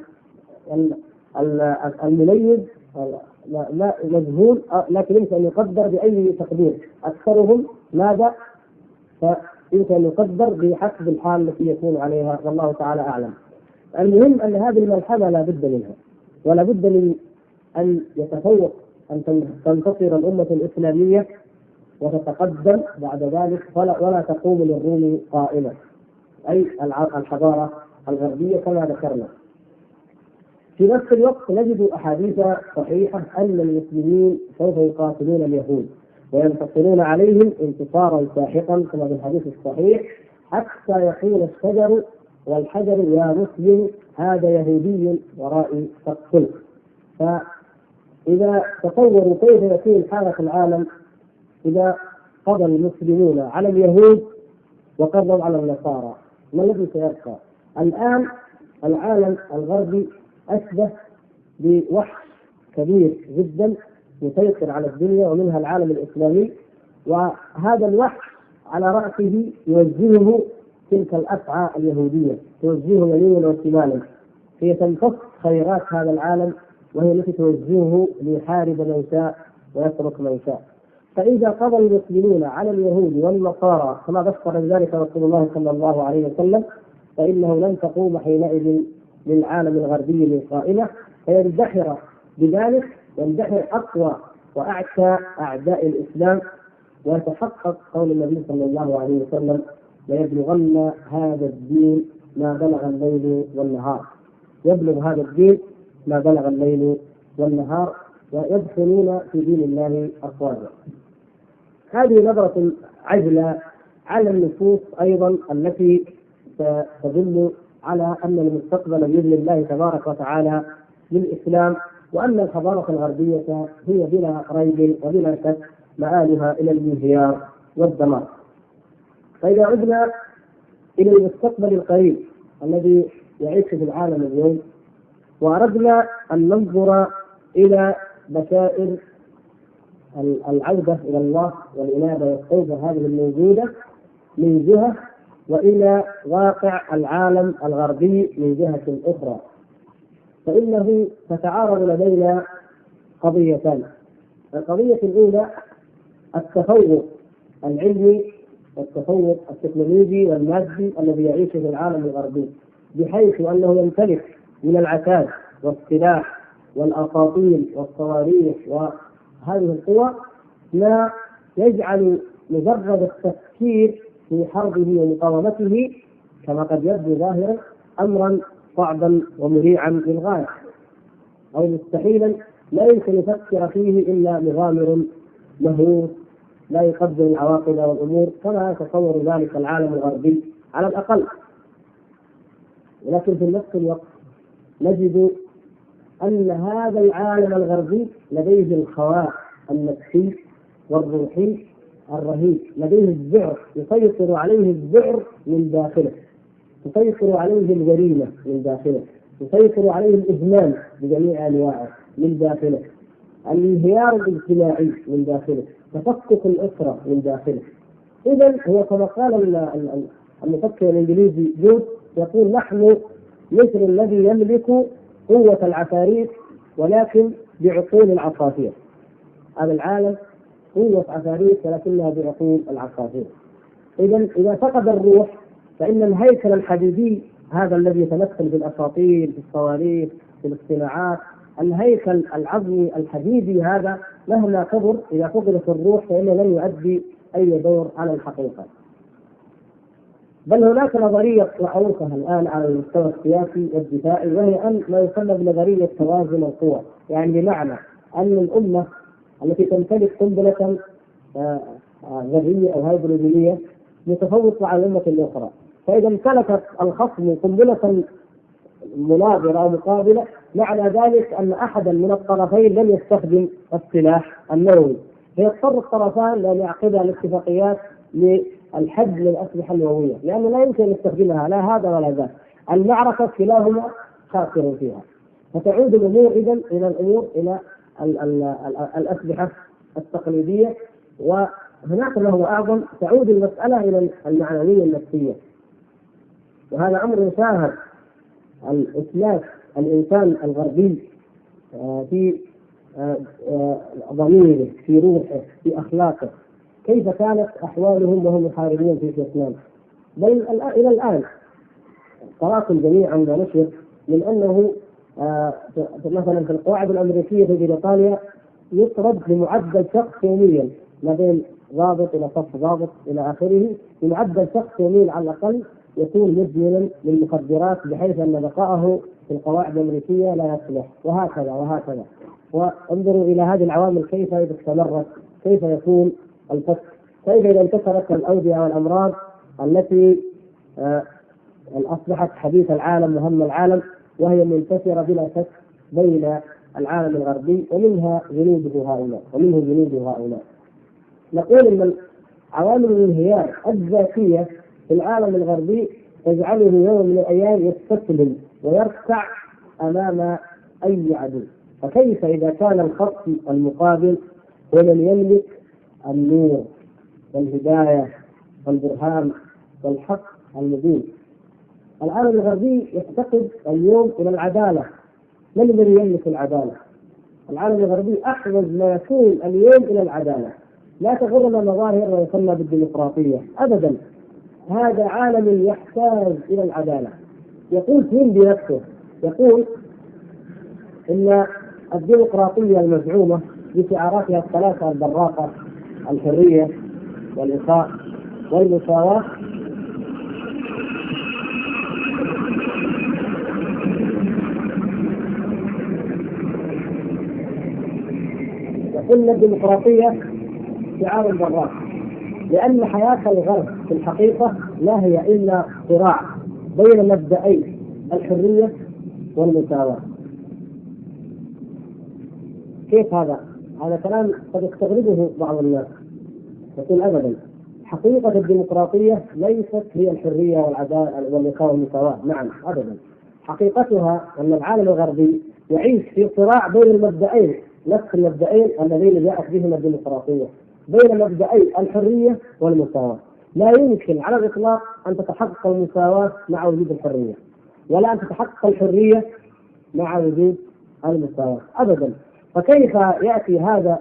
المميز لا مجهول، لكن يمكن أن يقدر بأي تقدير. أكثرهم ماذا؟ فيمكن أن يقدر بحسب الحال التي يكون عليها، والله تعالى أعلم. المهم أن هذه الملحمة لا بد منها، ولا بد من أن يتفوق أن تنتصر الأمة الإسلامية وتتقدم بعد ذلك، ولا, ولا تقوم للروم قائمة، أي الحضارة الغربية كما ذكرنا. في نفس الوقت نجد أحاديث صحيحة أن المسلمين سوف يقاتلون اليهود وينتصرون عليهم انتصارا ساحقا كما في الحديث الصحيح، حتى يقول الشجر والحجر يا مسلم هذا يهودي ورائي فاقتله. فإذا تصوروا كيف يكون حالة العالم إذا قضى المسلمون على اليهود وقضوا على النصارى، ما الذي سيبقى؟ الآن العالم الغربي أشبه بوحش كبير جدا يسيطر على الدنيا ومنها العالم الإسلامي، وهذا الوحش على رأسه يوجهه تلك الأفعى اليهودية، توجهه يمينا وشمالا، هي تمتص خيرات هذا العالم وهي التي توجهه ليحارب من شاء ويترك من شاء. فإذا قضى المسلمون على اليهود والنصارى كما بشر ذلك رسول الله صلى الله عليه وسلم، فإنه لن تقوم حينئذ للعالم الغربي من قائمة، فيندحر بذلك يندحر أقوى وأعتى أعداء الإسلام، ويتحقق قول النبي صلى الله عليه وسلم: ليبلغن هذا الدين ما بلغ الليل والنهار. يبلغ هذا الدين ما بلغ الليل والنهار، ويدخلون في دين الله أفواجا. هذه نظرة عجلة على النصوص أيضا التي تدل على أن المستقبل بإذن الله تبارك وتعالى للإسلام، وأن الحضارة الغربية هي بلا ريب وبلا شك مآلها إلى الانهيار والدمار. فإذا عدنا إلى المستقبل القريب الذي يعيش في العالم اليوم، وأردنا أن ننظر إلى بشائر العودة إلى الله والإنابة والتوبة هذه الموجودة من جهة، وإلى واقع العالم الغربي من جهة أخرى، فإنه تتعارض لدينا قضيتان. القضية الأولى التفوق العلمي والتفوق التكنولوجي والمادي الذي يعيش في العالم الغربي، بحيث أنه يمتلك من العتاد والسلاح والأساطيل والصواريخ وهذه القوى ما يجعل مجرد التفكير في حربه ومقاومته كما قد يبدو ظاهرا أمرا صعبا ومريعا للغاية، أو مستحيلا لا يمكن يفكر فيه إلا مغامر مهووس لا يقدر العواقب والأمور كما يتصور ذلك العالم الغربي على الأقل. ولكن في نفس الوقت نجد أن هذا العالم الغربي لديه الخواء النفسي والروحي الرهيب، لديه الذعر، يسيطر عليه الذعر من داخله، يسيطر عليه الجريمة من داخله، يسيطر عليه الإدمان بجميع أنواعه من داخله، الانهيار الاجتماعي من داخله، تفكك الأسرة من داخله. إذن هو كما قال المفكر الإنجليزي جود، يقول: نحن مثل الذي يملك قوة العفاريت ولكن بعقول العصافير. هذا العالم قوة عفاريت ولكنها بعقول العصافير. إذن إذا فقد الروح فإن الهيكل الحديدي هذا الذي يتمثل في الأساطيل في الصواريخ في الاصطناعات، الهيكل العظمي الحديدي هذا مهما كبر إذا فقدت الروح فإنه لن يؤدي أي دور على الحقيقة. بل هناك نظرية معروفة الآن على المستوى السياسي والدفاعي، وهي أن ما يسمى بنظرية توازن القوى، يعني بمعنى أن الأمة التي تمتلك قنبلة ذرية أو هيدروجينية متفوقة على الأمة الأخرى، فإذا امتلكت الخصم قنبلة مناظرة أو مقابلة، معنى ذلك أن أحدا من الطرفين لن يستخدم السلاح النووي، فيضطر الطرفان لأن يعقدا الاتفاقيات للحد للأسلحة النووية، لأنه لا يمكن يستخدمها لا هذا ولا ذاك، المعركة كلاهما خاسر فيها. فتعود الأمور إذن إلى الأمور إلى ال ال ال الأسلحة التقليدية، وهناك ما هو أعظم، تعود المسألة إلى المعنوية النفسية. وهذا أمر شاهد الإسلاف الإنسان الغربي في ضميره في روحه في أخلاقه، كيف كانت أحوالهم وهم يحاربون في فيتنام. بل إلى الآن قرأتم جميعا ونشر من أنه مثلا في القواعد الأمريكية في بريطانيا يطرد بمعدل شخص يوميا ما بين ضابط إلى صف ضابط إلى آخره، بمعدل شخص يوميا على الأقل يكون مدمنا للمخدرات، بحيث أن بقاءه في القواعد الأمريكية لا يصلح، وهكذا وهكذا. وانظروا إلى هذه العوامل كيف إذا استمرت كيف يكون الفك، كيف إذا انتشرت الأوبئة والأمراض التي أصبحت حديث العالم وهم العالم، وهي منتشرة بلا شك بين العالم الغربي، ومنها جنوده هؤلاء ومنه جنود هؤلاء. نقول أن عوامل الانهيار الذاتية في العالم الغربي تجعله يوم من الأيام يستسلم ويركع أمام أي عدو. فكيف إذا كان الخصم المقابل هو من يملك النور والهداية والبرهان والحق المبين؟ العالم الغربي يفتقد اليوم إلى العدالة. من الذي يملك العدالة؟ العالم الغربي أحوج ما يكون اليوم إلى العدالة. لا تغرنا مظاهر ويسمى بالديمقراطية أبدا، هذا عالم يحتاج إلى العدالة. يقول فين بنفسه، يقول إن الديمقراطية المزعومة بشعاراتها الثلاثة البراقة: الحرية والإخاء والمساواة، يقول الديمقراطية شعار براق، لأن حياة الغرب في الحقيقة لا هي إلا صراع بين مبدئي الحرية والمساواة. كيف هذا؟ هذا كلام قد يستغربه بعض الناس، يقول أبدا حقيقة الديمقراطية ليست هي الحرية والعدالة والإخاء والمساواة. نعم أبدا، حقيقتها أن العالم الغربي يعيش في صراع بين المبدئين، نفس المبدئين الذين جاءت بهما الديمقراطية، بين مبدئي الحرية والمساواة. لا يمكن على الإطلاق أن تتحقق المساواة مع وجود الحرية، ولا أن تتحقق الحرية مع وجود المساواة أبدا. فكيف يأتي هذا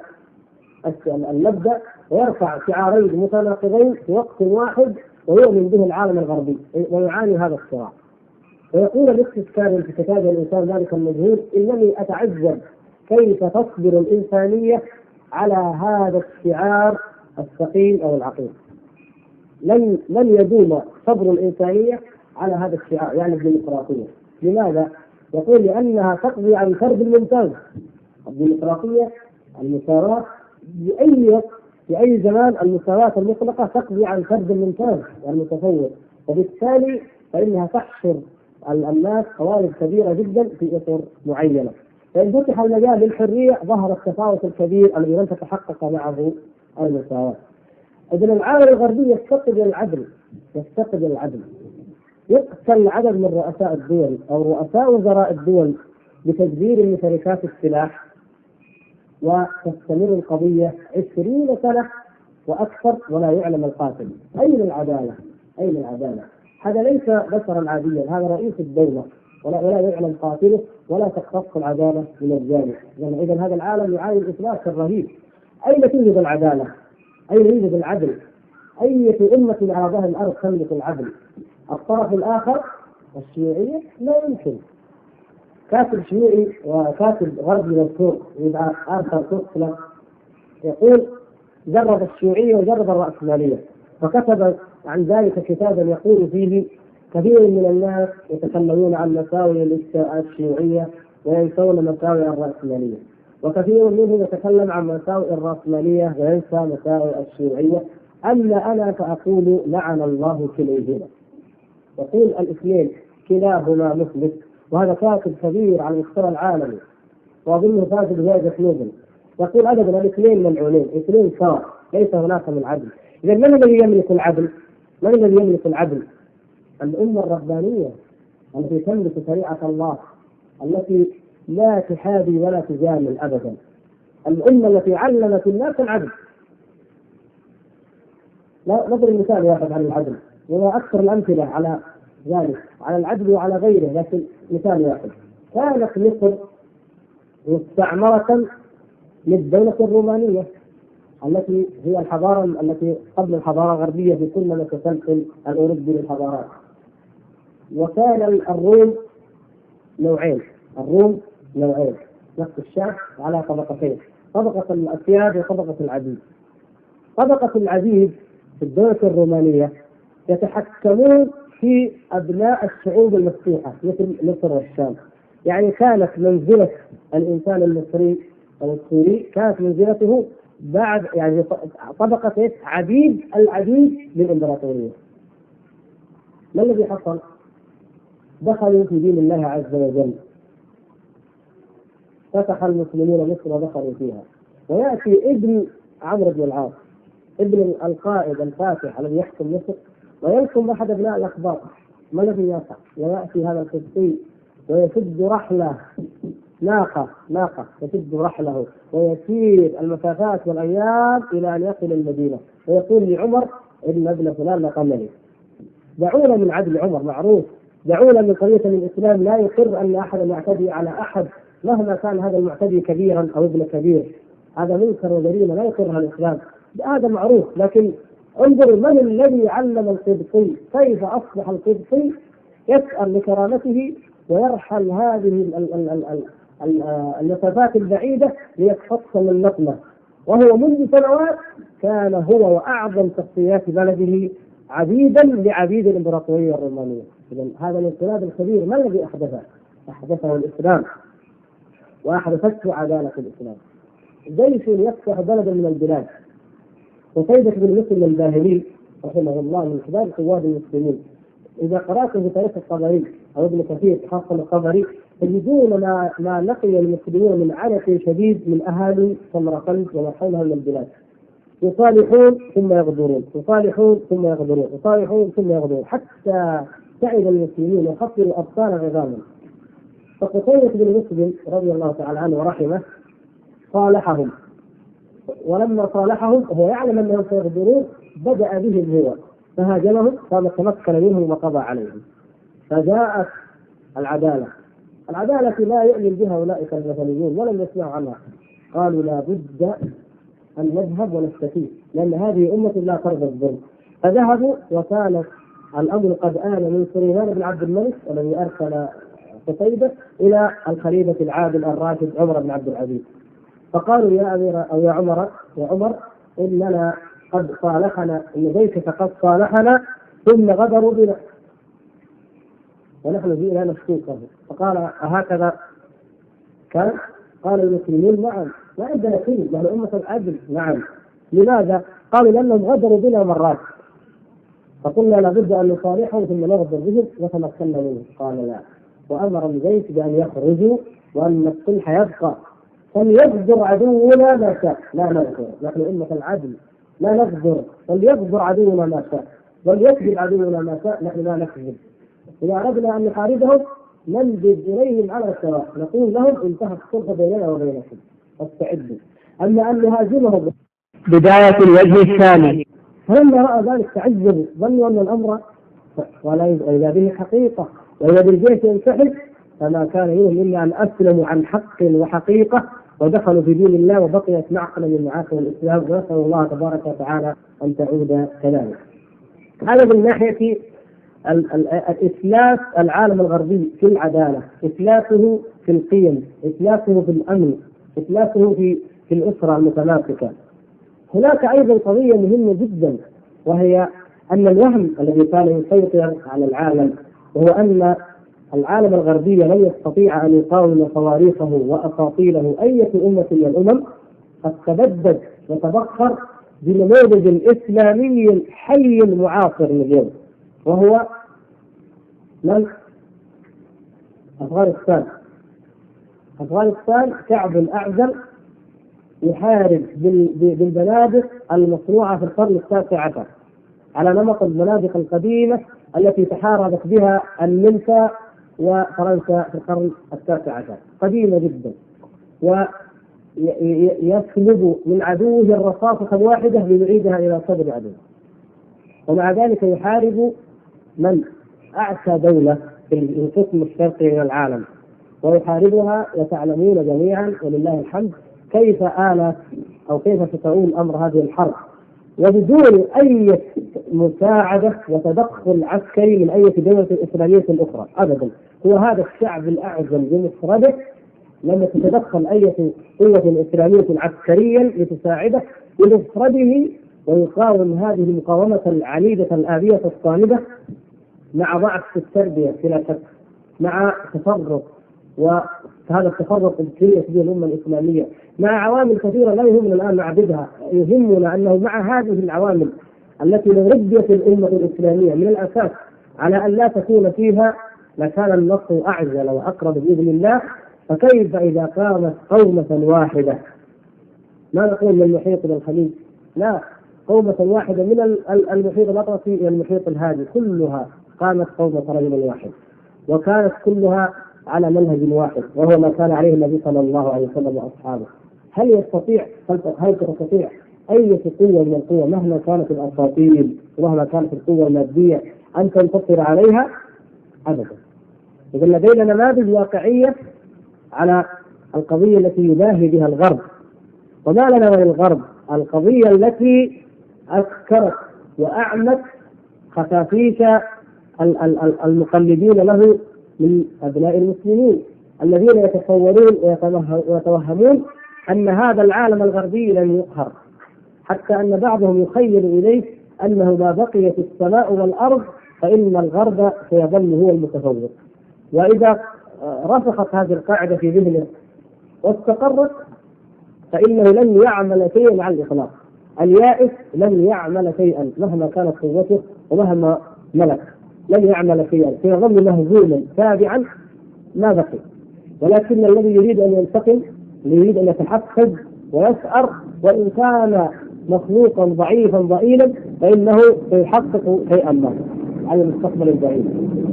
المبدأ ويرفع شعارين متناقضين في وقت واحد ويؤمن به العالم الغربي ويعاني هذا الصراع؟ ويقول الاستذكاري في كتابه الإنسان ذلك المجهول: إنني أتعجب كيف تصبر الإنسانية على هذا الشعار الثقيل أو العقيم. لن لن يدوم صبر الإنسانية على هذا الشعار، يعني الديمقراطية. لماذا؟ يقول لأنها تقضي عن فرد الممتاز. الديمقراطية المساواة بأي وقت في أي زمان، المساواة المطلقة تقضي عن فرد الممتاز والمتفوق، وبالتالي فإنها تحشر الناس قوالب كبيرة جدا في إطر معينة. فإن فتح المجال للحرية ظهر التفاوت الكبير الذي لن تتحقق معه المساواة. إذن العالم الغربي يفتقد العدل، يفتقد العدل. يقتل عدد من رؤساء الدول أو رؤساء وزراء الدول بتدبير من شركات السلاح، وتستمر القضية عشرين سنة وأكثر ولا يعلم القاتل. أين العدالة؟ أين العدالة؟ هذا ليس بشرا عاديا، هذا رئيس الدولة، ولا ولا يعلم قاتله ولا تختص العدالة من الجانب. يعني إذا هذا العالم يعاني الإفلاس الرهيب. أين توجد العدالة؟ أين يوجد العدل؟ أي أمة على ظهر الأرض تملك العدل؟ الطرف الآخر الشيوعية لا يمكن. كاتب شيوعي وكاتب غربي مشهور يدعى آرثر كوستلر يقول: جرب الشيوعية وجرب الرأسمالية، فكتب عن ذلك كتابا يقول فيه: كثير من الناس يتكلمون عن مساوئ الشيوعية وينسون مساوئ الرأسمالية، وكثير منهم يتكلم عن مساوئ الرأسمالية وينسى مساوئ الشيوعية، أما أنا فأقول لعن الله كليهما. يقول الاثنين كلاهما مفلس، وهذا كاتب كبير على المستوى العالمي وأظنه فاز بجائزة نوبل. يقول أبدا الاثنين ملعونين، الاثنين سواء، ليس هناك من عدل. إذا من الذي يملك العدل؟ من الذي يملك العدل؟ الأمة الربانية التي تملك شريعة الله، التي لا تحابي ولا تجامل أبدا، الأمة التي علمت الناس العدل. لا نضرب مثال واحد عن العدل، وهو أكثر الأمثلة على ذلك، على العدل وعلى غيره، لكن مثال واحد. كانت مصر مستعمرة للدولة الرومانية التي هي الحضارة التي قبل الحضارة الغربية في كل ما تسلسل الأوروبي للحضارات. وكان الروم نوعين، الروم نوعين، نفس الشعب على طبقتين، طبقة الأسياد وطبقة العبيد. طبقة العبيد في الدولة الرومانية يتحكمون في أبناء الشعوب المفتوحة مثل مصر والشام. يعني كانت منزلة الإنسان المصري أو السوري كانت منزلته بعد يعني طبقة عبيد العبيد للإمبراطورية. ما الذي حصل؟ دخلوا في دين الله عز وجل، فتح المسلمون مصر ودخلوا فيها. ويأتي ابن عمرو بن العاص، ابن القائد الفاتح الذي يحكم مصر، ويلكم أحد أبناء الأخبار. ما الذي يقع؟ ويأتي هذا القبطي ويشد رحله ناقة ناقة يشد رحله ويسير المسافات والأيام إلى أن يصل المدينة، ويقول لعمر: إن ابن فلان لقمني. دعونا من عدل عمر معروف، دعونا من قضية الإسلام لا يقر أن أحدا يعتدي على أحد مهما كان هذا المعتدي كبيرا أو ابن كبير، هذا منكر وجريمة لا يقرها الإسلام، هذا معروف. لكن انظروا من الذي علم القبطي كيف أصبح القبطي يسأل لكرامته ويرحل هذه المسافات البعيدة ليقتص من نقله، وهو منذ سنوات كان هو وأعظم شخصيات بلده عبيدا لعبيد الإمبراطورية الرومانية. إذن هذا الانقلاب الكبير ما الذي أحدثه؟ أحدثه الإسلام، وأحدثته عدالة الإسلام. جيش يفتح بلدا من البلاد، قتيبة بن مسلم الباهلي رحمه الله من كبار قواد المسلمين، إذا قرأت في تاريخ الطبري أو ابن كثير خاصة الطبري تجدون ما ما لقي المسلمون من عنف شديد من أهالي سمرقند وما حولها من البلاد، يصالحون ثم يغدرون، يصالحون ثم يغدرون، يصالحون ثم يغدرون، حتى تعب المسلمين وخسروا الأبطال عظاما. فقتيبة بن مسلم رضي الله تعالى عنه ورحمه صالحهم، ولما صالحهم وهو يعلم أنهم سيغدرون بدأ بهم هو فهاجمهم فتمكن منهم وقضى عليهم. فجاءت العدالة، العدالة لا يؤمن بها أولئك المثليون ولم يسمعوا عنها، قالوا لا بد أن نذهب ونستفيد لأن هذه أمة لا ترضى الظلم. فذهبوا وكان الأمر قد آن من سليمان بن عبد الملك الذي أرسل قتيبة إلى الخليفة العادل الراشد عمر بن عبد العزيز، فقالوا يا أمير أو يا عمر يا عمر إننا قد صالحنا، إن جيشك قد صالحنا ثم غدروا بنا ونحن جئنا نشكوكه. فقال أهكذا كان؟ قال المسلمين نعم، ما عندنا شيء، نحن أمة العدل. نعم. لماذا؟ قالوا لأنهم غدروا بنا مرات، فقلنا لابد أن نصالحهم ثم نغدر بهم وتمكنا منه. قال لا، وأمر الجيش بأن يخرجوا وأن الصلح يبقى، فليغدر عدونا ما شاء لا نغدر، نحن أمة العدل لا نغدر، فليغدر عدونا ما شاء وليكذب عدونا ما شاء، نحن لا نكذب. إذا أردنا أن نحاربهم ننبذ إليهم على السواء، نقول لهم انتهى الصلح بيننا وبينكم فاستعدوا. أما أن نهاجمهم بداية الوجه الثاني، فلما رأى ذلك تعجبوا، ظنوا أن الأمر وإذا به حقيقة، وإذا بالجيش ينسحب، فما كان منهم إلا أن أسلموا عن حق وحقيقة ودخلوا في دين الله وبقيت معقلا من معاقل الإسلام، ونسأل الله تبارك وتعالى أن تعود كذلك. هذا من ناحية الإفلاس العالم الغربي في العدالة، إفلاسه في القيم، إفلاسه في الأمن، إفلاسه في في الأسرة المتماسكة. هناك أيضا قضية مهمة جدا، وهي أن الوهم الذي كان يسيطر على العالم، وهو أن العالم الغربي لن يستطيع أن يقاوم صواريخه وأساطيله أي أمة من الأمم، قد تبدد وتبخر بنموذج الإسلامي الحي المعاصر اليوم، وهو من؟ أفغانستان. أفغانستان شعب أعزل يحارب بالبنادق المصنوعة في القرن التاسع عشر على نمط البنادق القديمة التي تحاربت بها النمسا وفرنسا في القرن التاسع عشر، قديمة جدا، ويسلب من عدوه الرصاصة الواحدة ليعيدها إلى صدر عدوه، ومع ذلك يحارب من أعتى دولة في القسم الشرقي من العالم، ويحاربها. وتعلمون جميعا ولله الحمد كيف آلت أو كيف ستؤول أمر هذه الحرب، وبدون أي مساعدة وتدخل عسكري من أي دولة إسرائيلية أخرى أبدا. هو هذا الشعب الأعزل بمفرده لما تتدخل أي قوة إسرائيلية عسكريا لتساعده بمفرده ويقاوم هذه المقاومة العنيدة الآبية الصامدة مع ضعف التربية بلا شك، مع تفرق، وهذا التفرق الكبير في الأمة الإسلامية، مع عوامل كثيرة لا يهمنا الآن نعددها. يهمنا أنه مع هذه العوامل التي لو ربيت الأمة الإسلامية من الأساس على أن لا تكون فيها لكان النصر أعزل وأقرب بإذن الله. فكيف إذا قامت قومة واحدة، ما نقول من المحيط إلى الخليج، لا، قومة واحدة من المحيط الأطلسي إلى المحيط الهادي، كلها قامت قومة رجل واحد، وكانت كلها على منهج واحد، وهو ما كان عليه النبي صلى الله عليه وسلم وأصحابه. هل يستطيع هل تستطيع أي قوة من القوى مهما كانت الأساطيل ومهما كانت القوة المادية أن تنتصر عليها؟ أبدا. إذا لدينا نماذج واقعية على القضية التي يباهي بها الغرب، وما لنا وللغرب القضية التي أسكرت وأعمت خفافيش المقلدين له من أبناء المسلمين، الذين يتصورون ويتوهمون أن هذا العالم الغربي لن يقهر، حتى أن بعضهم يخيل إليه أنه ما بقيت السماء والأرض فإن الغرب سيظل هو المتفوق. وإذا رسخت هذه القاعدة في ذهنه واستقرت فإنه لن يعمل شيئا على الإطلاق. اليائس لن يعمل شيئا مهما كانت قوته ومهما ملك، لن يعمل شيئا، سيظل مهزوما تابعا ما بقي. ولكن الذي يريد أن ينتقل، يريد أن يتحفز ويسأر، وإن كان مخلوقا ضعيفا ضئيلا فإنه سيحقق شيئا ما على المستقبل البعيد.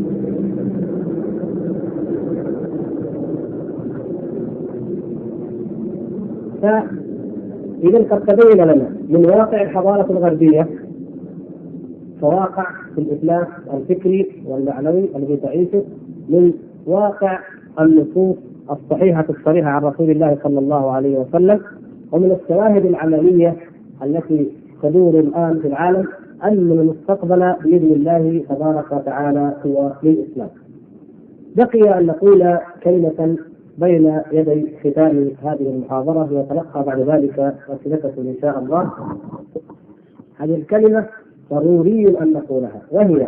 فإذا قد تبين لنا من واقع الحضارة الغربية فواقع في الإفلاس الفكري والمعنوي الذي تعيشه من واقع النصوص الصحيحة الصريحة عن رسول الله صلى الله عليه وسلم، ومن الشواهد العملية التي تدور الآن في العالم أن المستقبل بإذن الله تبارك وتعالى هو للإسلام. بقي أن نقول كلمة بين يدي ختام هذه المحاضرة ويتلقى بعد ذلك أسئلتكم إن شاء الله. هذه الكلمة ضروري أن نقولها، وهي: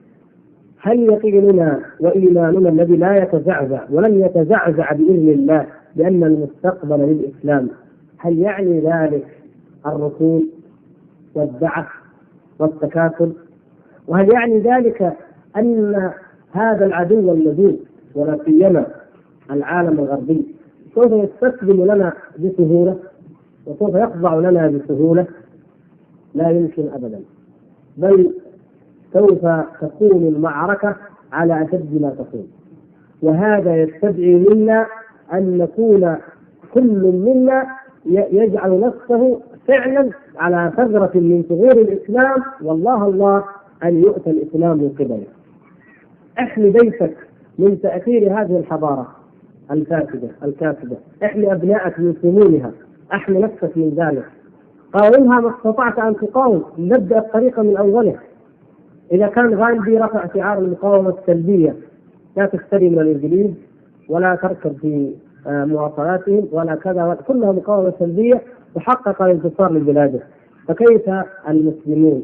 هل يقيننا وإيماننا الذي لا يتزعزع ولن يتزعزع بإذن الله بأن المستقبل للإسلام، هل يعني ذلك الرسول والدعة والتكافل؟ وهل يعني ذلك أن هذا العدو اللدود ولا سيما العالم الغربي سوف يستسلم لنا بسهولة وسوف يخضع لنا بسهولة؟ لا يمكن أبدا، بل سوف تكون المعركة على أشد ما تكون. وهذا يستدعي منا أن نكون كل منا يجعل نفسه فعلا على ثغرة من ثغور الإسلام، والله الله أن يؤتى الإسلام من قبله. احمي بيتك من تأثير هذه الحضارة الفاسدة الكافدة، احمي أبنائك من سمومها، احمي نفسك من ذلك، قاومها ما استطعت أن تقاوم، نبدأ الطريق من أوله. إذا كان غاندي رفع شعار المقاومة السلبية، لا تشتري من الإنجليز ولا تركب في مواصلاتهم ولا كذا، كلها مقاومة سلبية، وحقق الانتصار لبلاده. فكيف المسلمون؟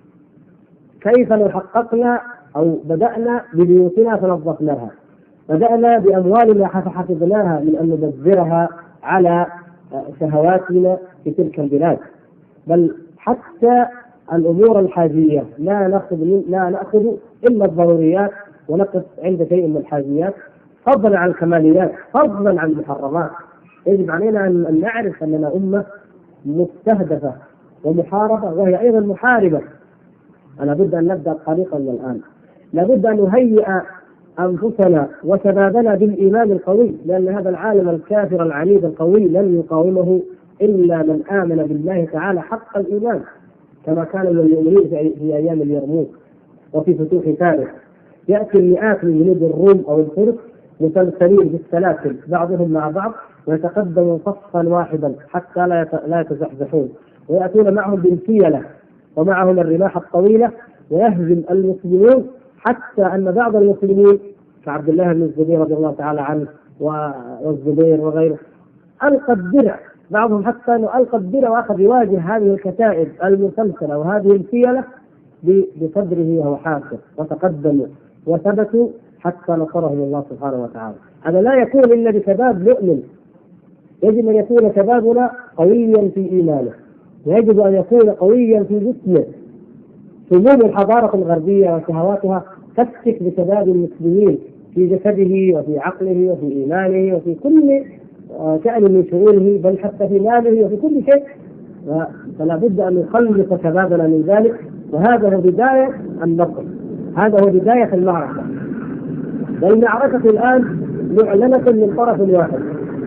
كيف لو حققنا أو بدأنا ببيوتنا فنظفناها، بدأنا بأموالنا فحفظناها من أن نبذرها على شهواتنا في تلك البلاد؟ بل حتى الأمور الحاجية لا نأخذ لا نأخذ إلا الضروريات ونقف عند شيء من الحاجيات، فضلا عن الكماليات، فضلا عن المحرمات. يجب علينا أن نعرف أننا أمة مستهدفة ومحاربة، وهي أيضا محاربة. أنا بد أن نبدأ طريقا من الآن، لابد أن نهيئ أنفسنا وشبابنا بالإيمان القوي، لأن هذا العالم الكافر العنيد القوي لن يقاومه إلا من آمن بالله تعالى حق الإيمان، كما كان المؤمنين في أيام اليرموك وفي فتوح فارس. يأتي المئات من جنود الروم أو الفرس مسلسلين بالسلاسل بعضهم مع بعض، ويتقدموا صفا واحدا حتى لا يتزحزحون، ويأتون معهم بالفيلة ومعهم الرماح الطويلة، ويهزم المسلمون حتى أن بعض المسلمين كعبد الله بن الزبير رضي الله تعالى عنه والزبير وغيره ألقى الدرع، بعضهم حتى أنه ألقى الدرع وأخذ يواجه هذه الكتائب المسلسلة وهذه الفيلة بصدره وهو حاسر، وتقدموا وثبتوا حتى نصرهم الله سبحانه وتعالى. هذا لا يكون إلا بشباب مؤمن. يجب أن يكون شبابنا قويا في إيمانه، ويجب أن يكون قويا في جسمه. سموم الحضارة الغربية وشهواتها تفتك بشباب المسلمين في جسده وفي عقله وفي إيمانه وفي كل شأن من شؤونه، بل حتى في ماله وفي كل شيء. فلا بد أن نخلص شبابنا من ذلك، وهذا هو بداية النصر، هذا هو بداية المعركة. والمعركة الآن معلنة من طرف واحد،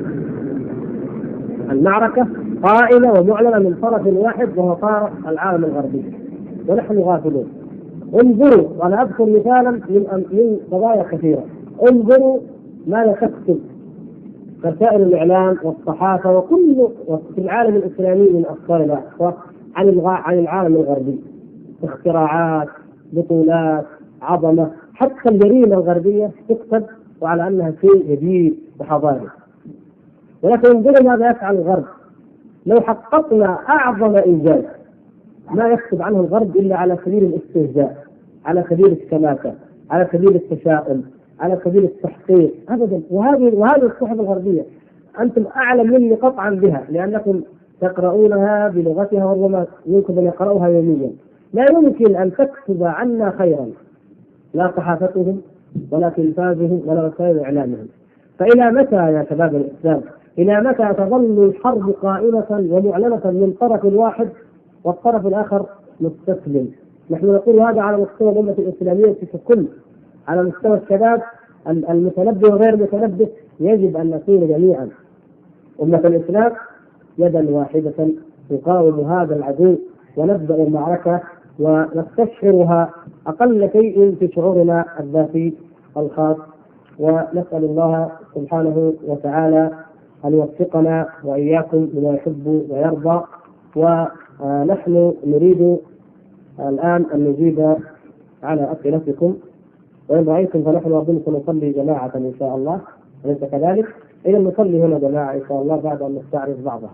المعركة قائمة ومعلنة من طرف واحد وهو طرف العالم الغربي، ونحن غافلون. انظروا، وأنا أذكر مثالا من من قضايا كثيرة. انظروا ماذا تكتب وسائل الإعلام والصحافة وكل في العالم الإسلامي من أخبار الأخبار عن عن العالم الغربي، اختراعات، بطولات، عظمة، حتى الجريمة الغربية تكتب وعلى أنها شيء جديد وحضاري. ولكن انظروا ماذا يفعل الغرب. لو حققنا أعظم إنجاز ما يكتب عنه الغرب إلا على سبيل الاستهزاء، على سبيل الشماتة، على سبيل التشاؤم، على سبيل التحقير أبدا. وهذه وهذه الصحف الغربية أنتم أعلم مني قطعا بها، لأنكم تقرؤونها بلغتها وربما يمكن أن يقرأوها يوميا. لا يمكن أن تكتب عنا خيرا، لا صحافتهم ولا تلفازهم ولا وسائل إعلامهم. فإلى متى يا شباب الإسلام؟ إلى متى تظل الحرب قائمة ومعلنة من طرف واحد والطرف الآخر مستسلم؟ نحن نقول هذا على مستوى الأمة الإسلامية ككل، على مستوى الشباب المتنبه وغير المتنبه. يجب أن نكون جميعا أمة الإسلام يدا واحدة تقاوم هذا العدو، ونبدأ المعركة ونستشعرها أقل شيء في شعورنا الذاتي الخاص. ونسأل الله سبحانه وتعالى أن يوفقنا وإياكم لما يحب ويرضى. ونحن نريد الآن أن نجيب على أسئلتكم، وإن رأيتم فنحن أظنكم نصلي جماعة إن شاء الله، أليس كذلك؟ إذا نصلي هنا جماعة إن شاء الله بعد أن نستعرض بعضها.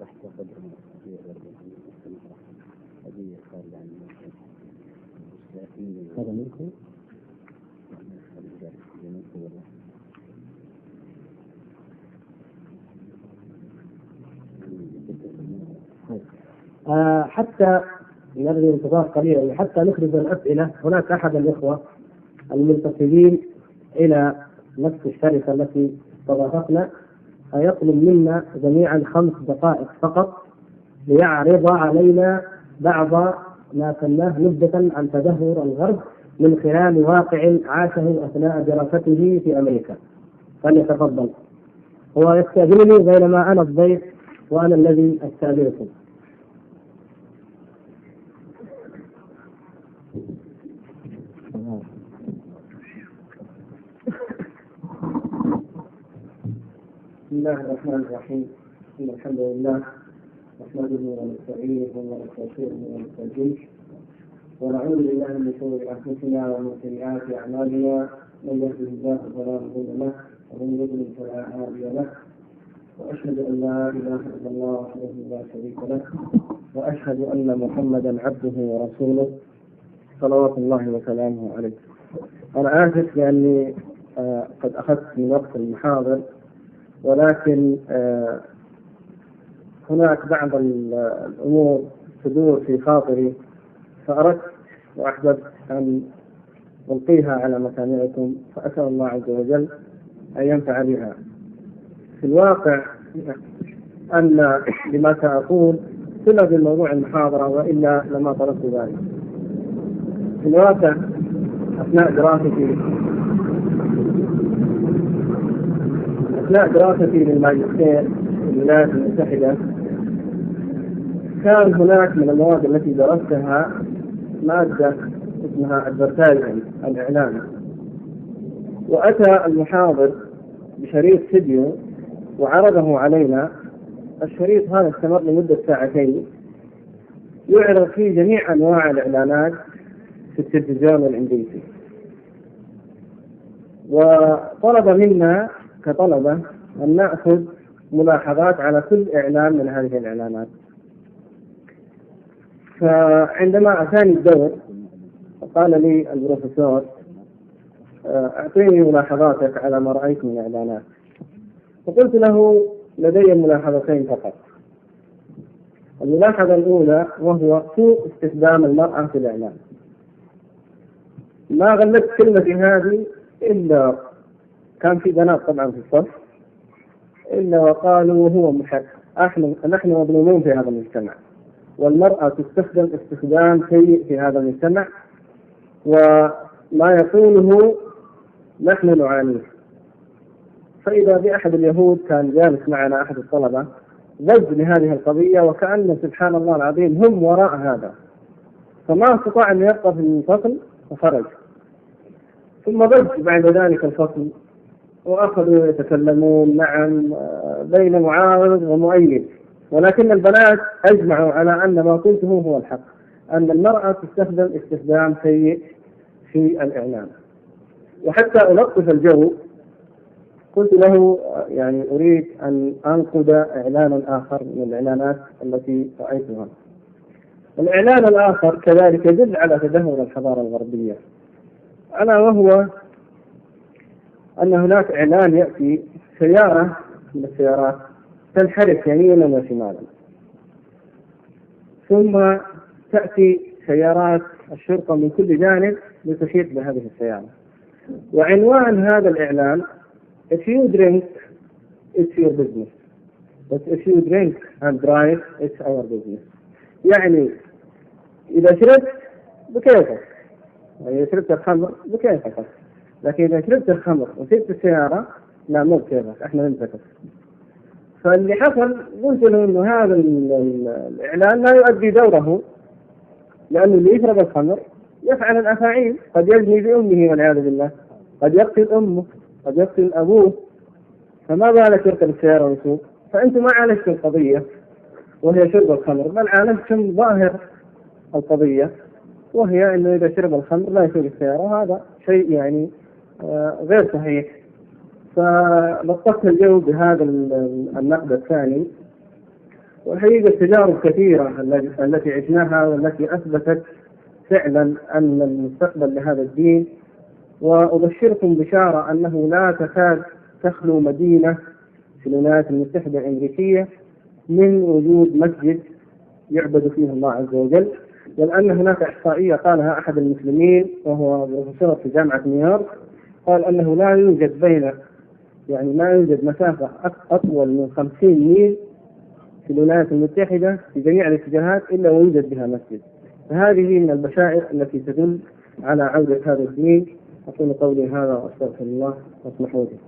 هذا منكم؟ آه حتى نرجو انتظار قليلا حتى نخرج الأسئلة. هناك أحد الإخوة المنتسبين إلى نفس الشركة التي استضافتنا يطلب منا جميعا خمس دقائق فقط ليعرض علينا بعض ما سماه نبذة عن تدهور الغرب من خلال واقع عاشه أثناء دراسته في أمريكا. فليتفضل. هو يستأذنني بينما أنا الضيف وأنا الذي أستأذنكم. بسم الله الرحمن الرحيم. إن الحمد لله نحمده ونستعينه ونستغفره ونستهديه ونعوذ بالله من شرور أنفسنا ومن سيئات أعمالنا. من يهده الله فلا مضل له ومن يضلل فلا هادي له. وأشهد أن لا إله إلا الله وحده لا شريك له، وأشهد أن محمدا عبده ورسوله صلوات الله وسلامه عليه. أنا آسف لأني آه قد أخذت من وقت المحاضر، ولكن آه هناك بعض الأمور تدور في خاطري فأردت وأحببت أن ألقيها على مسامعكم، فأسأل الله عز وجل أن ينفع بها. في الواقع أن لما سأقول صلة بموضوع المحاضرة، وإلا لما طلبت ذلك. في الواقع أثناء دراستي أثناء دراستي للماجستير في الولايات المتحدة كان هناك من المواد التي درستها مادة اسمها advertising، الإعلان. وأتى المحاضر بشريط فيديو وعرضه علينا. الشريط هذا استمر لمدة ساعتين يعرض فيه جميع أنواع الإعلانات في التلفزيون الإنجليزي، وطلب منا كطلبة أن نأخذ ملاحظات على كل إعلان من هذه الإعلانات. فعندما أتاني الدور قال لي البروفيسور أعطيني ملاحظاتك على ما رأيت من الإعلانات. فقلت له لدي ملاحظتين فقط. الملاحظة الأولى وهو سوء استخدام المرأة في الإعلان. ما غلبت كلمة هذه إلا كان في بنات طبعا في الصف إلا وقالوا هو محق، نحن مظلومون في هذا المجتمع، والمرأة تستخدم استخدام سيء في هذا المجتمع، وما يقوله نحن نعانيه. فإذا بأحد اليهود كان جالس معنا أحد الطلبة ضج لهذه القضية، وكأن سبحان الله العظيم هم وراء هذا، فما استطاع أن يبقى في الفصل وخرج. ثم ضج بعد ذلك الفصل وأخذوا يتكلمون نعم بين معارض ومؤيد، ولكن البنات أجمعوا على أن ما قلته هو الحق، أن المرأة تستخدم استخدام سيء في الإعلام. وحتى ألطف الجو قلت له يعني أريد أن أنقد إعلانا آخر من الإعلانات التي رأيتها. الإعلان الآخر كذلك يدل على تدهور الحضارة الغربية، ألا وهو أن هناك إعلان يأتي سيارة من السيارات تنحرف يمينا وشمالا، ثم تأتي سيارات الشرطة من كل جانب لتحيط بهذه السيارة، وعنوان هذا الإعلان If you drink it's your business but if you drink and drive it's our business. يعني إذا شربت بكيفك، يعني إذا شربت الخمر بكيفك، لكن إذا شربت الخمر وسبت السيارة لا مو بكيفك، إحنا نمسكك. فاللي حصل قلت له إنه هذا الإعلان لا يؤدي دوره، لأنه اللي يشرب الخمر يفعل الأفاعيل، قد يزني بأمه والعياذ بالله، قد يقتل أمه، قد يقتل أبوه، فما بالك يركب السيارة ويسوق؟ فأنتم ما عالجتم القضية وهي شرب الخمر، بل عالجتم ظاهر القضية وهي أنه إذا شرب الخمر لا يسوق السيارة، وهذا شيء يعني آه غير صحيح. فلطفت الجو بهذا النقد الثاني. والحقيقة تجارب كثيرة التي عشناها والتي أثبتت فعلا أن المستقبل لهذا الدين، وأبشركم بشارة أنه لا تكاد تخلو مدينة في الولايات المتحدة الأمريكية من وجود مسجد يعبد فيه الله عز وجل، لأن هناك إحصائية قالها أحد المسلمين وهو بروفيسور في جامعة نيويورك، قال أنه لا يوجد بين يعني لا يوجد مسافة أطول من خمسين ميل في الولايات المتحدة في جميع الاتجاهات إلا ويوجد بها مسجد. فهذه من البشائر التي تدل على عودة هذا الدين. أقول قولي هذا وأستغفر الله واسمحوا لي.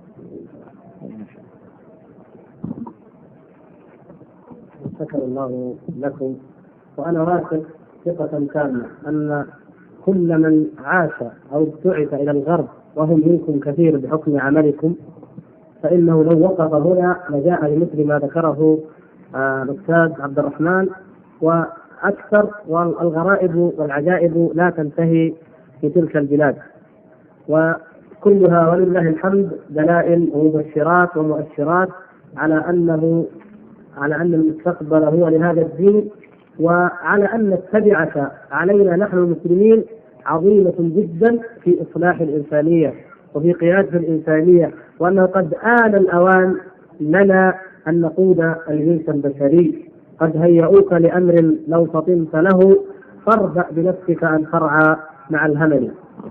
شكر الله لكم، وأنا واثق ثقة تامة أن كل من عاش أو ابتعث إلى الغرب وهم منكم كثير بحكم عملكم، فإنه لو وقف هنا لجاء لمثل ما ذكره الأستاذ عبد الرحمن وأكثر، والغرائب والعجائب لا تنتهي في تلك البلاد، وكلها ولله الحمد دلائل ومبشرات ومؤشرات على أنه على أن المستقبل هو لهذا الدين، وعلى أن التبعة علينا نحن المسلمين عظيمة جدا في إصلاح الإنسانية وفي قيادة الإنسانية، وأنه قد آن الأوان لنا أن نقود الجنس البشري. قد هيئوك لأمر لو فطنت له فاربأ بنفسك أن ترعى مع الهمل.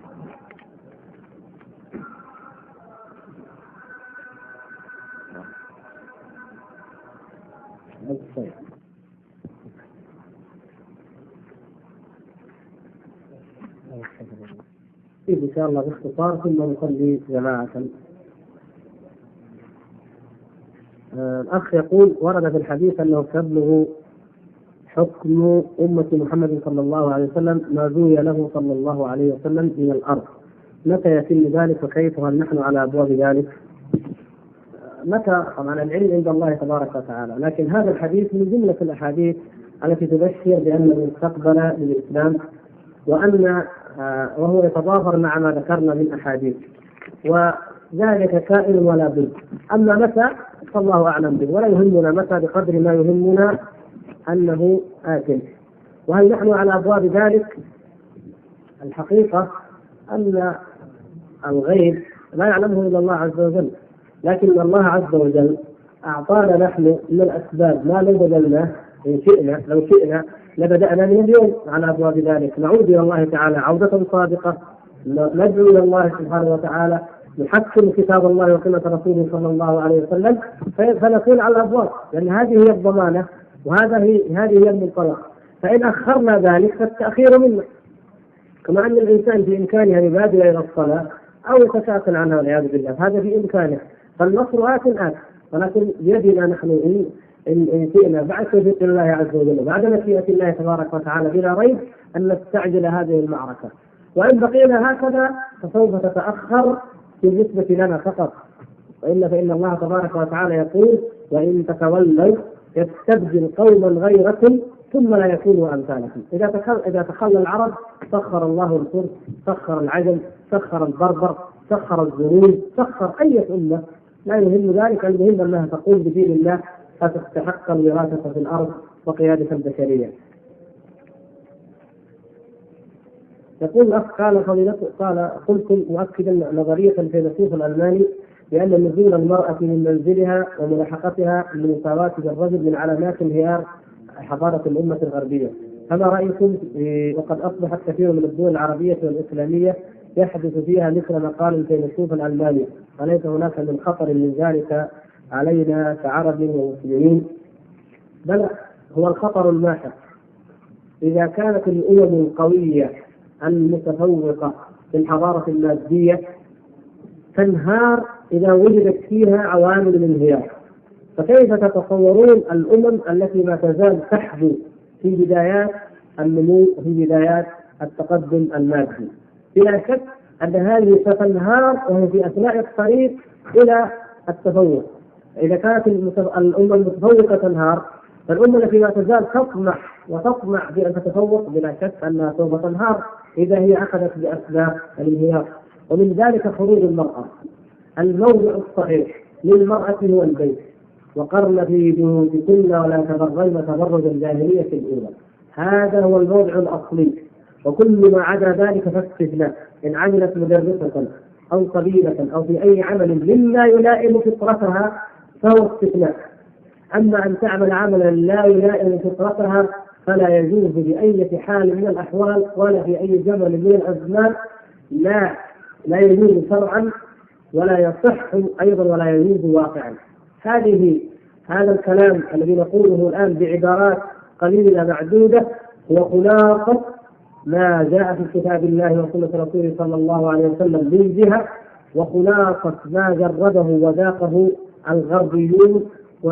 إن شاء الله باختصار ثم نصلي جماعة. الأخ يقول: ورد في الحديث أنه تبلغ حكم أمة محمد صلى الله عليه وسلم ما زوي له صلى الله عليه وسلم من الأرض، متى يتم ذلك وكيف؟ هل نحن على أبواب ذلك؟ متى؟ طبعا العلم عند الله تبارك وتعالى، لكن هذا الحديث من جملة الأحاديث التي تبشر بأن المستقبل للإسلام، وأن وهو يتضافر مع ما ذكرنا من أحاديث، وذلك كائن ولا بد. أما متى فالله أعلم به، ولا يهمنا متى بقدر ما يهمنا أنه آت. وهل نحن على أبواب ذلك؟ الحقيقة أن الغيب لا يعلمه إلا الله عز وجل، لكن الله عز وجل أعطانا نحن من الأسباب ما لو بدلناه إن شئنا لو شئنا لبدأنا من اليوم على أبواب ذلك. نعود إلى الله تعالى عودة صادقة، ندعو إلى الله سبحانه وتعالى، نحكم كتاب الله وسنة رسوله صلى الله عليه وسلم، فنكون على الأبواب، لأن هذه هي الضمانة وهذا هي هذه هي المنطلق. فإن أخرنا ذلك فالتأخير منا، كما أن الإنسان في إمكانه أن يبادر إلى الصلاة أو يتساءل عنها والعياذ بالله، هذا في إمكانه. فالنصر آت آت، ولكن بيدنا نحن إن إن شئنا بعد توفيق الله عز وجل بعد مشيئة الله تبارك وتعالى بلا ريب أن نستعجل هذه المعركة، وإن بقينا هكذا فسوف تتأخر بالنسبة لنا فقط، وإلا فإن الله تبارك وتعالى يقول: وإن تتولوا يستبدل قوما غيركم ثم لا يكونوا أمثالكم. إذا تخل إذا تخلى العرب سخر الله الفرس، سخر العجم، سخر البربر، سخر الزنود، سخر أي أمة لا يهم ذلك، المهم أنها تقوم بدين الله فتستحق الوراثة في الأرض وقيادة البشرية. يقول الأخ قال فضيلته قال قلت مؤكدا نظرية الفيلسوف الألماني بأن نزول المرأة من منزلها وملاحقتها للمساواة بالرجل من علامات انهيار حضارة الأمة الغربية، فما رأيكم؟ وقد أصبحت كثير من الدول العربية والإسلامية يحدث فيها مثل ما قال الفيلسوف الألماني، وليس هناك من خطر من ذلك علينا كعرب ومسلمين؟ بل هو الخطر الماحق إذا كانت الأمم القوية المتفوقة في الحضارة المادية تنهار إذا وجدت فيها عوامل الانهيار، فكيف تتصورون الأمم التي ما تزال تحظو في بدايات النمو وفي بدايات التقدم المادي؟ بلا شك أن هذه ستنهار وهي في أثناء الطريق إلى التفوق. إذا كانت الأمة المتفوقة تنهار، فالأمة التي ما تزال تطمح وتطمع بأن تتفوق بلا شك أنها سوف تنهار إذا هي أخذت بأسباب الانهيار. ومن ذلك خروج المرأة. الموضع الصحيح للمرأة هو البيت، وقرن في بيوتكن ولا تبرجن تبرج الجاهلية الأولى، هذا هو الموضع الأصلي، وكل ما عدا ذلك فاستثناء. إن عملت مدرسة أو طبيبة أو في أي عمل مما يلائم فطرتها فهو استثناء. أما أن تعمل عملا لا يلائم فطرتها فلا يجوز بأي حال من الأحوال ولا في أي زمن من الأزمان، لا لا يجوز شرعا ولا يصح أيضا ولا يجوز واقعا. هذه هذا الكلام الذي نقوله الآن بعبارات قليلة معدودة هو خلاصة ما جاء في كتاب الله وسنة رسوله صلى الله عليه وسلم من جهة، وخلاصة ما جربه وذاقه الغربيون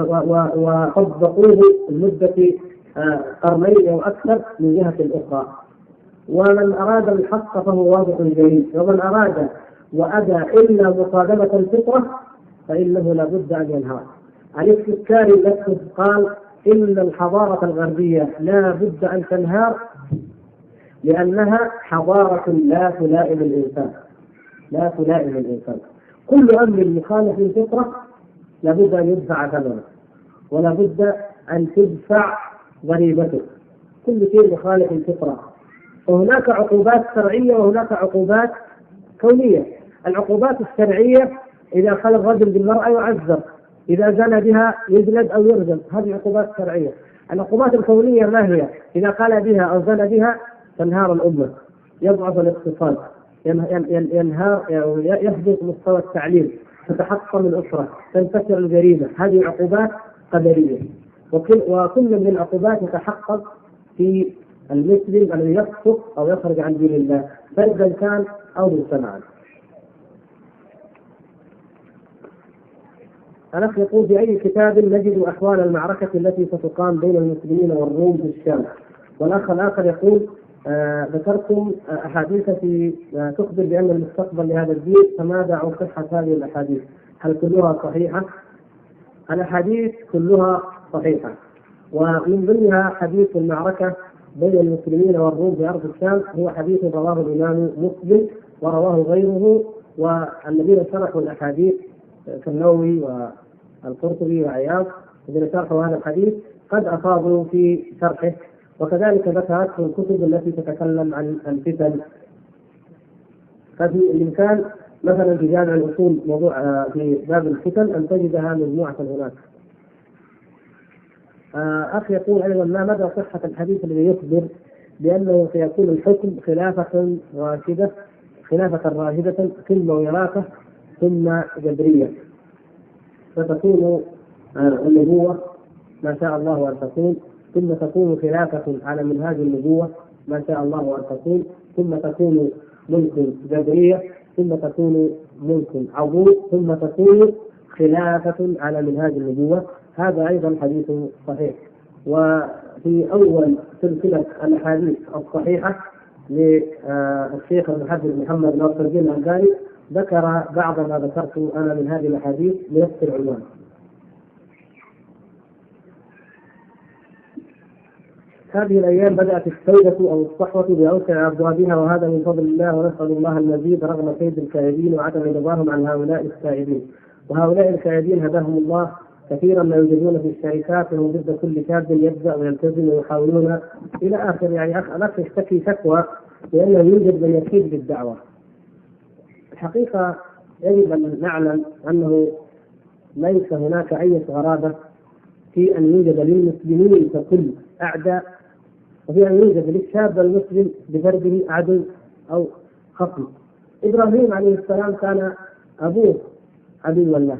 وطبقوه لمدة قرنين أو أكثر من جهة أخرى. ومن أراد الحق فهو واضح جليل، ومن أراد وأبى إلا مصادمة الفطرة فإنه لابد أن ينهار. الاستذكاري نفسه قال إن الحضارة الغربية لا بد أن تنهار لأنها حضارة لا تلائم الإنسان، لا تلائم الإنسان. كل أمر مخالف للفطرة لابد أن يدفع ثمنه ولا بد أن تدفع ضريبته، كل شيء مخالف للفطرة. وهناك عقوبات شرعية وهناك عقوبات كونية. العقوبات الشرعية إذا خلى الرجل بالمرأة يعذر، إذا زنى بها يجلد أو يرجم، هذه عقوبات شرعية. العقوبات الكونية ما هي؟ إذا قال بها أو زنى بها تنهار الأمة، يضعف الاقتصاد، ينهار يحدث مستوى التعليم، تتحطم الأسرة، تنتشر الجريمة، هذه عقوبات قدرية. وكل, وكل من العقوبات يتحقق في المسلم الذي يفسق أو يخرج عن دين الله فردا كان أو مجتمعا. الأخ يقول في أي كتاب نجد أحوال المعركة التي ستقام بين المسلمين والروم في الشام؟ والأخ الآخر يقول آه ذكرتم أحاديث في آه تخبر بأن المستقبل لهذا الدين، فماذا عن صحة هذه الأحاديث؟ هل كلها صحيحة؟ الأحاديث كلها صحيحة، ومن ضمنها حديث المعركة بين المسلمين والروم في أرض الشام، هو حديث رواه الإمام مسلم ورواه غيره، والذين شرحوا الأحاديث كالنووي والقرطبي وعياض الذين شرحوا هذا الحديث قد أفاضوا في شرحه، وكذلك ذكرت الكتب التي تتكلم عن الفتن. ففي الإمكان مثلا في جامع الأصول موضوع في باب الفتن أن تجدها مجموعة هناك. أخي يقول أيضا ما مدى صحة الحديث الذي يخبر بأنه سيكون الحكم خلافة راشدة خلافة راشدة ثم وراثة ثم جبرية، فتكون النبوة ما شاء الله أن تكون، ثم تكون خلافة على منهاج النبوة ما شاء الله أن تكون، ثم تكون ملك جبرية، ثم تكون ملك عظيم، ثم تكون خلافة على منهاج النبوة. هذا أيضا حديث صحيح. وفي أول سلسلة الأحاديث الصحيحة للشيخ المحدث محمد ناصر الدين الألباني ذكر بعض ما ذكرت أنا من هذه الأحاديث بنفس العنوان. هذه الأيام بدأت التوبة أو الصحوة بأوسع أبوابها، وهذا من فضل الله، ونسأل الله المزيد رغم كيد الكائدين وعدم رضاهم عن هؤلاء السائدين. وهؤلاء الكيادين هداهم الله كثيرا ما يوجدون في الشركات وهم ضد كل شاب يبدأ ويلتزم ويحاولون إلى آخر. يعني أخ يشتكي شكوى لأنه يوجد من يكيد بالدعوة. الحقيقة يجب أن نعلم أنه ليس هناك أي غرابة في أن يوجد للمسلمين ككل أعداء، وفي أن يوجد للشاب المسلم بفرده عدو أو خصم. إبراهيم عليه السلام كان أبوه عدوا له،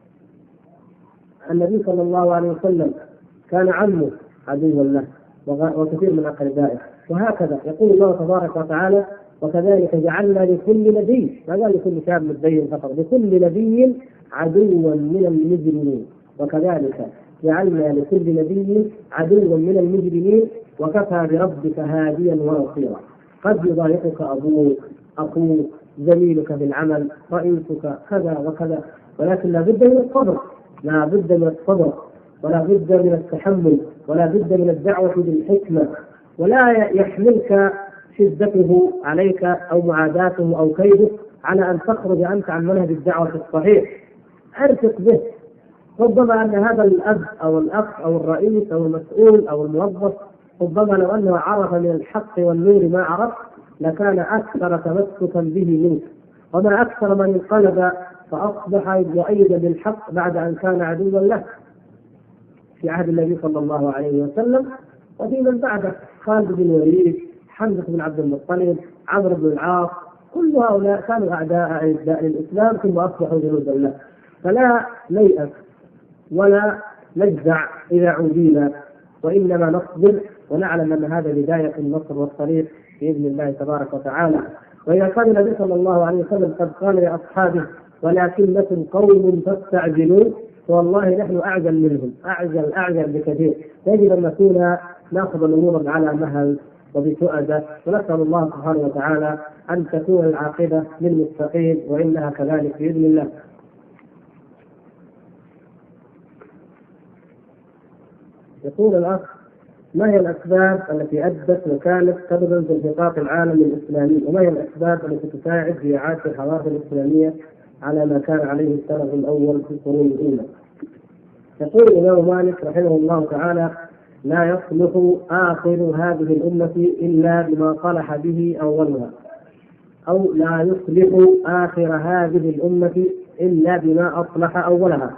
النبي صلى الله عليه وسلم كان عمه عدوا له، وكثير من أقربائه، وهكذا يقول الله تبارك وتعالى: وكذلك جعلنا لكل نبي، ما قال لكل شاب متدين فقط، لكل نبي عدوا من المجرمين، وكذلك جعلنا لكل نبي عدوا من المجرمين وكفى بربك هاديا ونصيرا. قد يضايقك أبوك، أخوك، زميلك في العمل، رئيسك، كذا وكذا، ولكن لا بد من الصبر، لا بد من الصبر، ولا بد من التحمل، ولا بد من الدعوة بالحكمة، ولا يحملك شدته عليك أو معاداته أو كيده على أن تخرج أنت عن منهج الدعوة الصحيح. أرفق به. ربما أن هذا الأب أو الأخ أو الرئيس أو المسؤول أو الموظف ربما لو أنه عرف من الحق والنور ما عرف لكان أكثر تمسكا به منك، وما أكثر من انقلب فأصبح مؤيدا للحق بعد أن كان عدوا له في عهد النبي صلى الله عليه وسلم وفي من بعده، خالد بن الوليد، حمزة بن عبد المطلب، عمرو بن العاص، كل هؤلاء كانوا أعداء أعداء للإسلام ثم أصبحوا جنودا له. فلا نيأس ولا نجزع إذا عودينا، وإنما نصبر ونعلم أن هذا بداية النصر والطريق بإذن الله تبارك وتعالى. وإذا كان النبي صلى الله عليه وسلم قد قال لأصحابه: ولكنكم قوم تستعجلون، والله نحن أعجل منهم، أعجل أعجل بكثير. يجب أن نكون نأخذ الأمور على مهل وبسؤدة، ونسأل الله سبحانه وتعالى أن تكون العاقبة للمتقين، وإنها كذلك بإذن الله. يقول الأخ: ما هي الأسباب التي أدت وكانت سببا في انحطاط العالم الإسلامي، وما هي الأسباب التي تساعد في إعادة الحضارة الإسلامية على ما كان عليه السلف الأول في القرون الأولى؟ يقول الإمام مالك رحمه الله تعالى: لا يصلح آخر هذه الأمة إلا بما صلح به أولها، أو لا يصلح آخر هذه الأمة إلا بما أصلح أولها.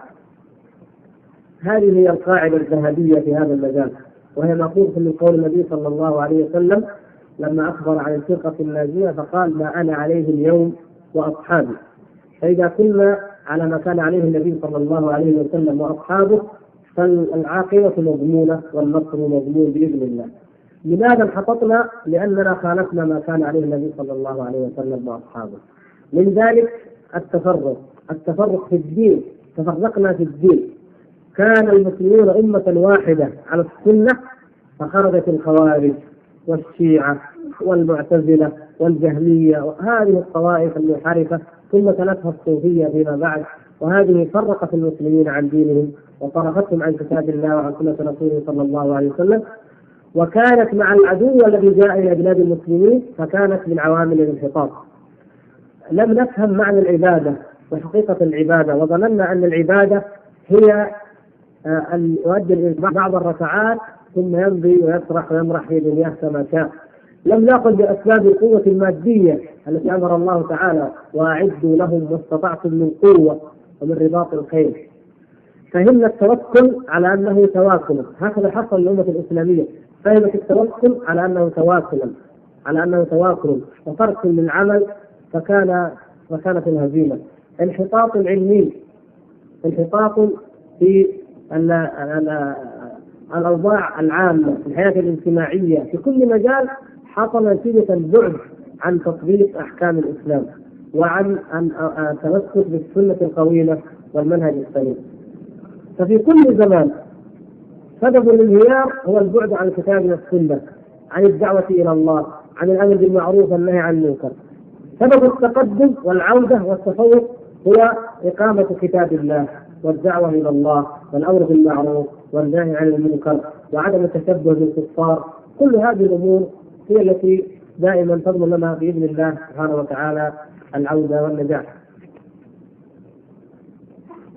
هذه هي القاعدة الذهبية في هذا المجال، وهي مأخوذة من قول النبي صلى الله عليه وسلم لما أخبر عن الفرقة الناجية فقال: ما أنا عليه اليوم وأصحابي. فإذا كنا على ما كان عليه النبي صلى الله عليه وسلم وأصحابه فالعاقبة مضمونة والنصر مضمون بإذن الله. لماذا انحططنا؟ لأننا خالفنا ما كان عليه النبي صلى الله عليه وسلم وأصحابه. من ذلك التفرق، التفرق في الدين، تفرقنا في الدين. كان المسلمون أمة واحدة على السنة، فخرجت الخوارج والشيعة والمعتزلة والجهمية وهذه الطوائف المنحرفة، ثم تلتها الصوفية فيما بعد، وهذه فرقت المسلمين عن دينهم وصرفتهم عن كتاب الله وعن سنة رسوله صلى الله عليه وسلم، وكانت مع العدو الذي جاء إلى بلاد المسلمين فكانت من عوامل الانحطاط. لم نفهم معنى العبادة وحقيقة العبادة، وظننا أن العبادة هي أن يؤدي بعض الركعات ثم يمضي ويسرح ويمرح في دنياه كما شاء. لم نأخذ بأسباب القوة المادية التي أمر الله تعالى: وأعدوا لهم ما استطعتم من قوة ومن رباط الخيل. فهمنا التوكل على أنه تواكل، هكذا حصل للأمة الإسلامية، فهمت التوكل على أنه تواكلا على أنه تواكل وترك للعمل، فكان وكانت الهزيمة. انحطاط علمي، انحطاط في الأوضاع العامة في الحياة الاجتماعية في كل مجال، حصل نتيجة البعد عن تطبيق أحكام الإسلام وعن التمسك بالسنة القويمة والمنهج السليم. ففي كل زمان سبب الانهيار هو البعد عن الكتاب والسنة، عن الدعوة إلى الله، عن الأمر بالمعروف والنهي عن المنكر. سبب التقدم والعودة والتفوق هو إقامة كتاب الله والدعوة إلى الله والأمر بالمعروف والنهي عن المنكر وعدم التشبه بالكفار. كل هذه الأمور هي التي دائما تضمن لنا بإذن الله سبحانه وتعالى العودة والنجاح.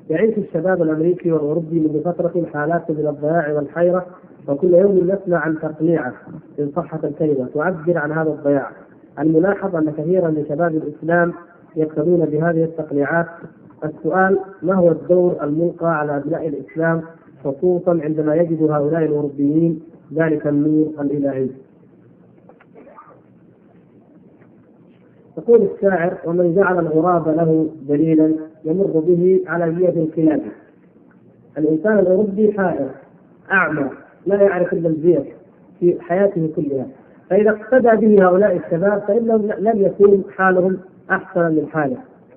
يعيش الشباب الامريكي والاوروبي منذ فتره حالات من الضياع والحيره، وكل يوم نسمع عن تقنيعه ان صحت الكلمه تعبر عن هذا الضياع. الملاحظ ان كثيرا من شباب الاسلام يقتدون بهذه التقنيعات. السؤال: ما هو الدور الملقى على ابناء الاسلام خصوصا عندما يجد هؤلاء الاوروبيين ذلك النور الالهي؟ يقول الشاعر: ومن جعل الغراب له دليلا يمر به على جية الكلاب. الانسان الاوروبي حائر اعمى لا يعرف الا الزيف في حياته كلها، فاذا اقتدى به هؤلاء الشباب فانهم لن يكون حالهم احسن من حاله.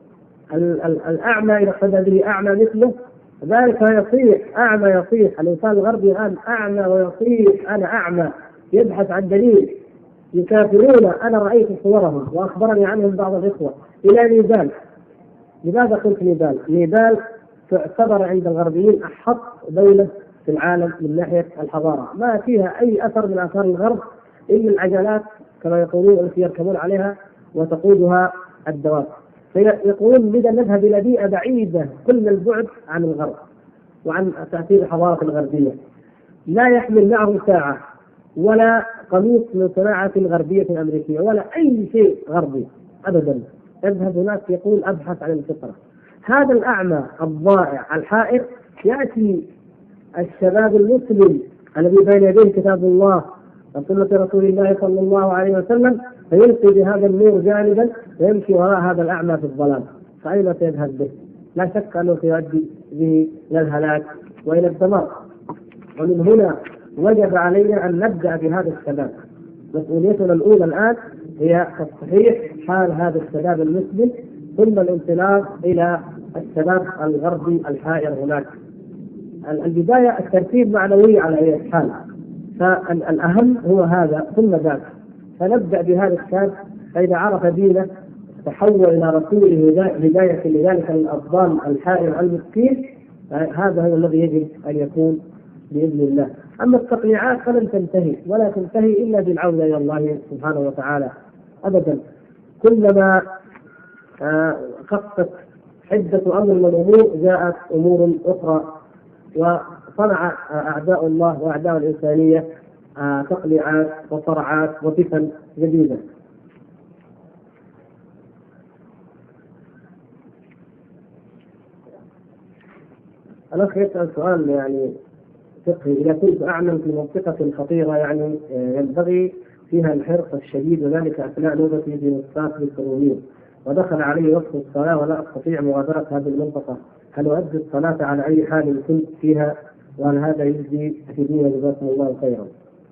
الاعمى اذا اقتدى به اعمى مثله ذلك يصيح اعمى يصيح. الانسان الغربي الان اعمى ويصيح انا اعمى، يبحث عن دليل. يكافرون، انا رايت صورهم واخبرني عنهم بعض الاخوه الى نيبال. لماذا قلت نيبال؟ نيبال تعتبر عند الغربيين احط دوله في العالم من ناحيه الحضاره، ما فيها اي اثر من اثار الغرب الا العجلات كما يقولون التي يركبون عليها وتقودها الدواب. فيقولون بدنا نذهب الى بيئه بعيده كل البعد عن الغرب وعن تاثير الحضاره الغربيه. لا يحمل معه ساعه ولا قميص من صناعه غربيه امريكيه ولا اي شيء غربي ابدا. يذهب هناك يقول ابحث عن الفطره. هذا الاعمى الضائع الحائر ياتي الشباب المسلم الذي بين يديه كتاب الله وسنة رسول الله صلى الله عليه وسلم فيلقي بهذا النور جانبا ويمشي وراء هذا الأعمى في الظلام. فأين سيذهب به؟ لا شك أنه سيؤدي به إلى الهلاك وإلى الدمار. ومن هنا وجب علينا أن نبدأ بهذا الشباب. مسؤوليتنا الأولى الآن هي تصحيح حال هذا الشباب المسلم، ثم الانطلاق إلى الشباب الغربي الحائر هناك. البداية الترتيب معنوي على أي حال، فالأهم هو هذا ثم ذاك. فنبدأ بهذا الشاب، فإذا عرف دينه تحول إلى رسوله هداية لذلك الأفضال الحائر المسكين، هذا هو الذي يجب أن يكون بإذن الله. أما التقنيعات فلن تنتهي ولا تنتهي إلا بالعودة إلى الله سبحانه وتعالى أبدا. كلما خفت حدة أمر من الأمور جاءت أمور أخرى، وصنع أعداء الله وأعداء الإنسانية تقنيعات وصرعات وفتن جديدة. الأخ يسأل سؤال يعني فقهي: إذا كنت أعمل في منطقة خطيرة يعني ينبغي فيها الحرص الشديد، وذلك أثناء نوبتي في مستشفى الكرومين، ودخل علي وقت الصلاة ولا أستطيع مغادرة هذه المنطقة، هل أؤدي الصلاة على أي حال كنت فيها؟ وهل هذا يجزي في ديني؟ جزاكم الله خيرا.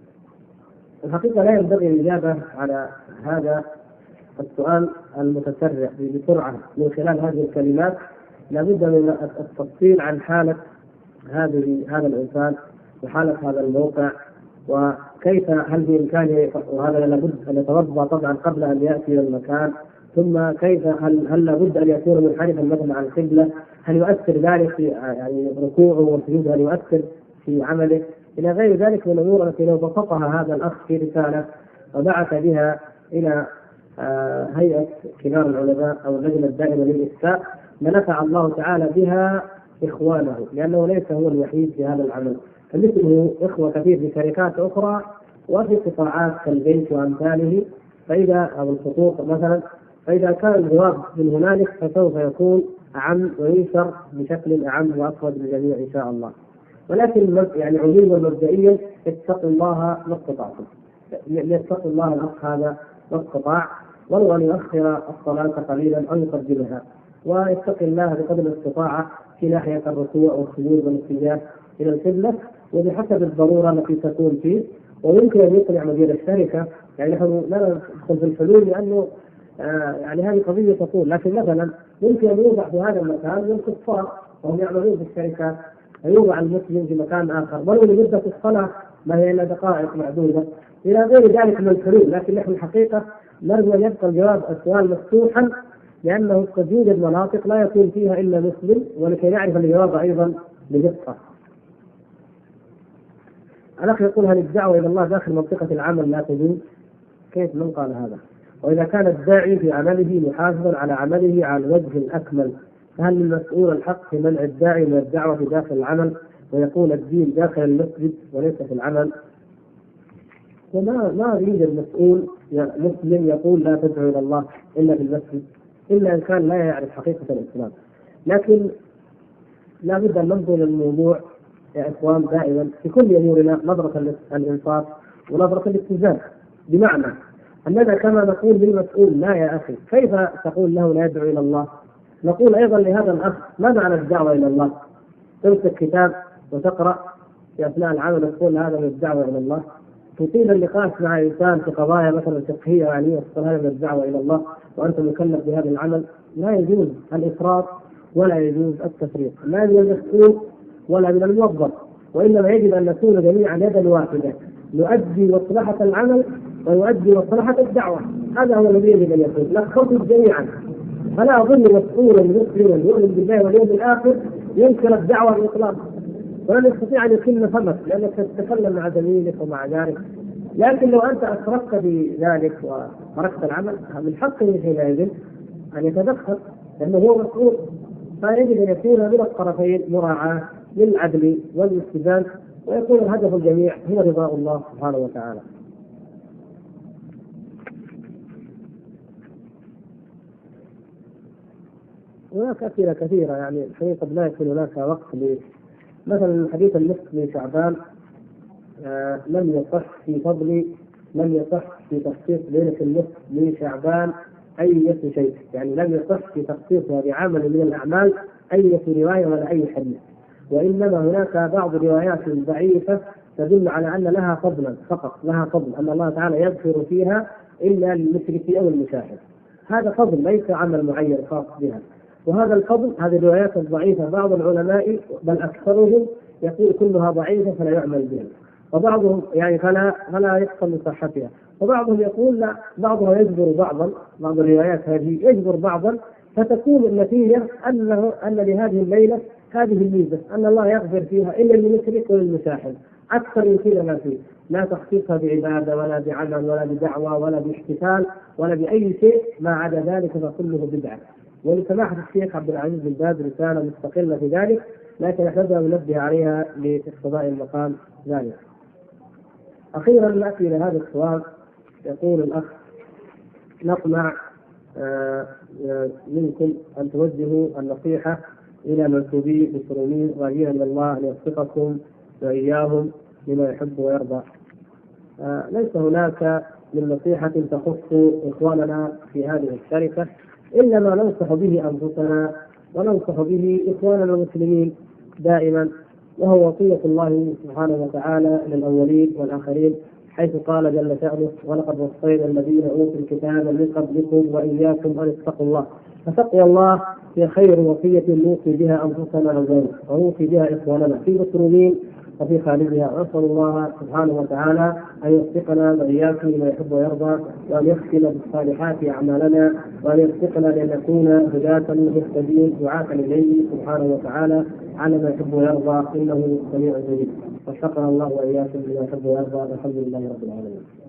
الحقيقة لا ينبغي الإجابة على هذا السؤال المتسرع بسرعة من خلال هذه الكلمات. لابد من التفصيل عن حالة هذه هذا الإنسان وحالة هذا الموقع، وكيف هل بإمكانه، وهذا لابد أن يتوضأ طبعا قبل أن يأتي إلى المكان، ثم كيف هل هل لابد أن يكون منحرفا مثلا عن القبلة، هل يؤثر ذلك في يعني ركوعه وسجوده، هل يؤثر في عمله، إلى غير ذلك من الأمور التي لو بسطها هذا الأخ في رسالة وبعث بها إلى هيئة كبار العلماء أو اللجنة الدائمة للإفتاء لنفع الله تعالى بها إخوانه، لأنه ليس هو الوحيد في هذا العمل، فمثله إخوة كثير في شركات أخرى وفي قطاعات كالبيت وأمثاله، فإذا أو الخطوط مثلا، فإذا كان الجواب من هنالك فسوف يكون أعم وينشر بشكل أعم وأفضل للجميع إن شاء الله. ولكن يعني عموما مبدئيا اتقوا الله ما استطعتم، يتقوا الله الأخ هذا ما استطاع، ولو أن يؤخر الصلاة قليلا أو يقدمها، ويتقي الله بقدر الاستطاعة في ناحية الركوع والسجود والاتجاه إلى القبلة وبحسب الضرورة التي تكون فيه. ويمكن أن يقنع مدير الشركة، يعني نحن لا ندخل في الحلول لأنه آه يعني هذه قضية تقول، لكن مثلا يمكن أن يوضع في هذا المكان للكفار وهم يعملون في الشركات، فيوضع المسلم في مكان آخر ولو لمدة الصلاة ما هي إلا دقائق معدودة، إلى غير ذلك من الحلول. لكن نحن الحقيقة نرجو أن يبقى الجواب السؤال مفتوحا، لأنه قد يوجد مناطق لا يكون فيها إلا مسلم، ولكي نعرف الجواب أيضا بدقة. الأخ يقول: هل الدعوة إلى الله داخل منطقة العمل لا تجوز؟ كيف؟ من قال هذا؟ وإذا كان الداعي في عمله محافظا على عمله على الوجه الأكمل فهل للمسؤول الحق في منع الداعي من الدعوة داخل العمل ويكون الدين داخل المسجد وليس في العمل؟ وما ما يوجد المسؤول مسلم يقول لا تدعو إلى الله إلا في المسجد إلا إن كان لا يعرف حقيقة الإسلام. لكن لا بد أن ننظر للموضوع يا إخوان دائما في كل أمورنا نظرة الإنصاف ونظرة الاتزان، بمعنى أننا كما نقول للمسؤول لا يا أخي كيف تقول له لا يدعو إلى الله، نقول أيضا لهذا الأخ ما معنى الدعوة إلى الله؟ تمسك كتاب وتقرأ في أثناء العمل وتقول هذا من الدعوة إلى الله، تطيل النقاش مع إنسان في قضايا مثلا فقهية وعلمية وتقول هذا من الدعوة إلى الله وأنت مكلف بهذا العمل. لا يجوز الإفراط ولا يجوز التفريط، لا من المسؤول ولا من الموظف، وإنما يجب أن نكون جميعا يدا واحدة نؤدي مصلحة العمل ويؤدي مصلحة الدعوة. هذا هو الذي يجب أن يكون نخطط جميعا. فلا أظن مسؤولا مسلما يؤمن بالله واليوم الآخر ينكر الدعوة بإطلاق، ولن يستطيع أن يكل فمك لأنك تتكلم مع زميلك ومع جارك. لكن لو أنت أشركت بذلك وتركت العمل من حقه حينئذ أن يتدخل لأنه هو مسؤول. فيجب أن يكون من الطرفين مراعاة للعدل والاتزان ويكون الهدف الجميع هو رضاء الله سبحانه وتعالى. هناك أسئلة كثيرة، يعني الحقيقة قد لا يكون هناك وقت. مثلا حديث النصف من شعبان آه لم يصح في فضل لم يصح في تخصيص ليلة النصف من شعبان أي شيء، يعني لم يصح في تخصيصها بعمل من الأعمال أي رواية ولا أي حديث، وإنما هناك بعض الروايات ضعيفة تدل على أن لها فضلا فقط، لها فضل أن الله تعالى يغفر فيها إلا للمشرك أو المشاهد. هذا فضل ليس عمل معين خاص بها، وهذا الفضل هذه الروايات الضعيفة بعض العلماء بل أكثرهم يقول كلها ضعيفة فلا يعمل بها، وبعضهم يعني فلا فلا يحصل من صحتها، وبعضهم يقول لا بعضها يجبر بعضا، بعض الروايات هذه يجبر بعضا، فتكون النتيجة أنه أن لهذه الليلة هذه الميزة أن الله يغفر فيها إلا للمشرك وللمشاهد أكثر من كذا ما فيه، لا تخصيصها بعبادة ولا بعمل ولا بدعوة ولا باحتفال ولا بأي شيء، ما عدا ذلك فكله بدعة. ولسماحة الشيخ عبد العزيز بن باز رسالة مستقلة في ذلك، لكن أحب أن ننبه عليها لاقتضاء المقام ذلك. أخيرا نأتي إلى هذا السؤال. يقول الأخ نطمع منكم أن توجهوا النصيحة إلى منسوبي المسلمين راجين من الله أن يوفقكم وإياهم لما يحب ويرضى. ليس هناك من نصيحة تخص إخواننا في هذه الشركة إلا ما ننصح به أنفسنا وننصح به إخواننا المسلمين دائما، وهو وصية الله سبحانه وتعالى للأولين والآخرين، حيث قال جل شأنه ولقد وصينا الذين أوتوا الكتاب من قبلكم وإياكم أن اتقوا الله. فتقوى الله هي خير وصية نوصي بها أنفسنا ونوصي بها إخواننا في المسلمين وفي خارجها. وأسأل الله سبحانه وتعالى أن يوفقنا وإياكم لما يحب ويرضى، وأن يختم بالصالحات أعمالنا، وأن يوفقنا لأن نكون هداة مهتدين دعاة إليه سبحانه وتعالى على ما يحب ويرضى، إنه سميع جليل. وفقنا الله وإياكم لما يحب ويرضى، والحمد لله رب العالمين.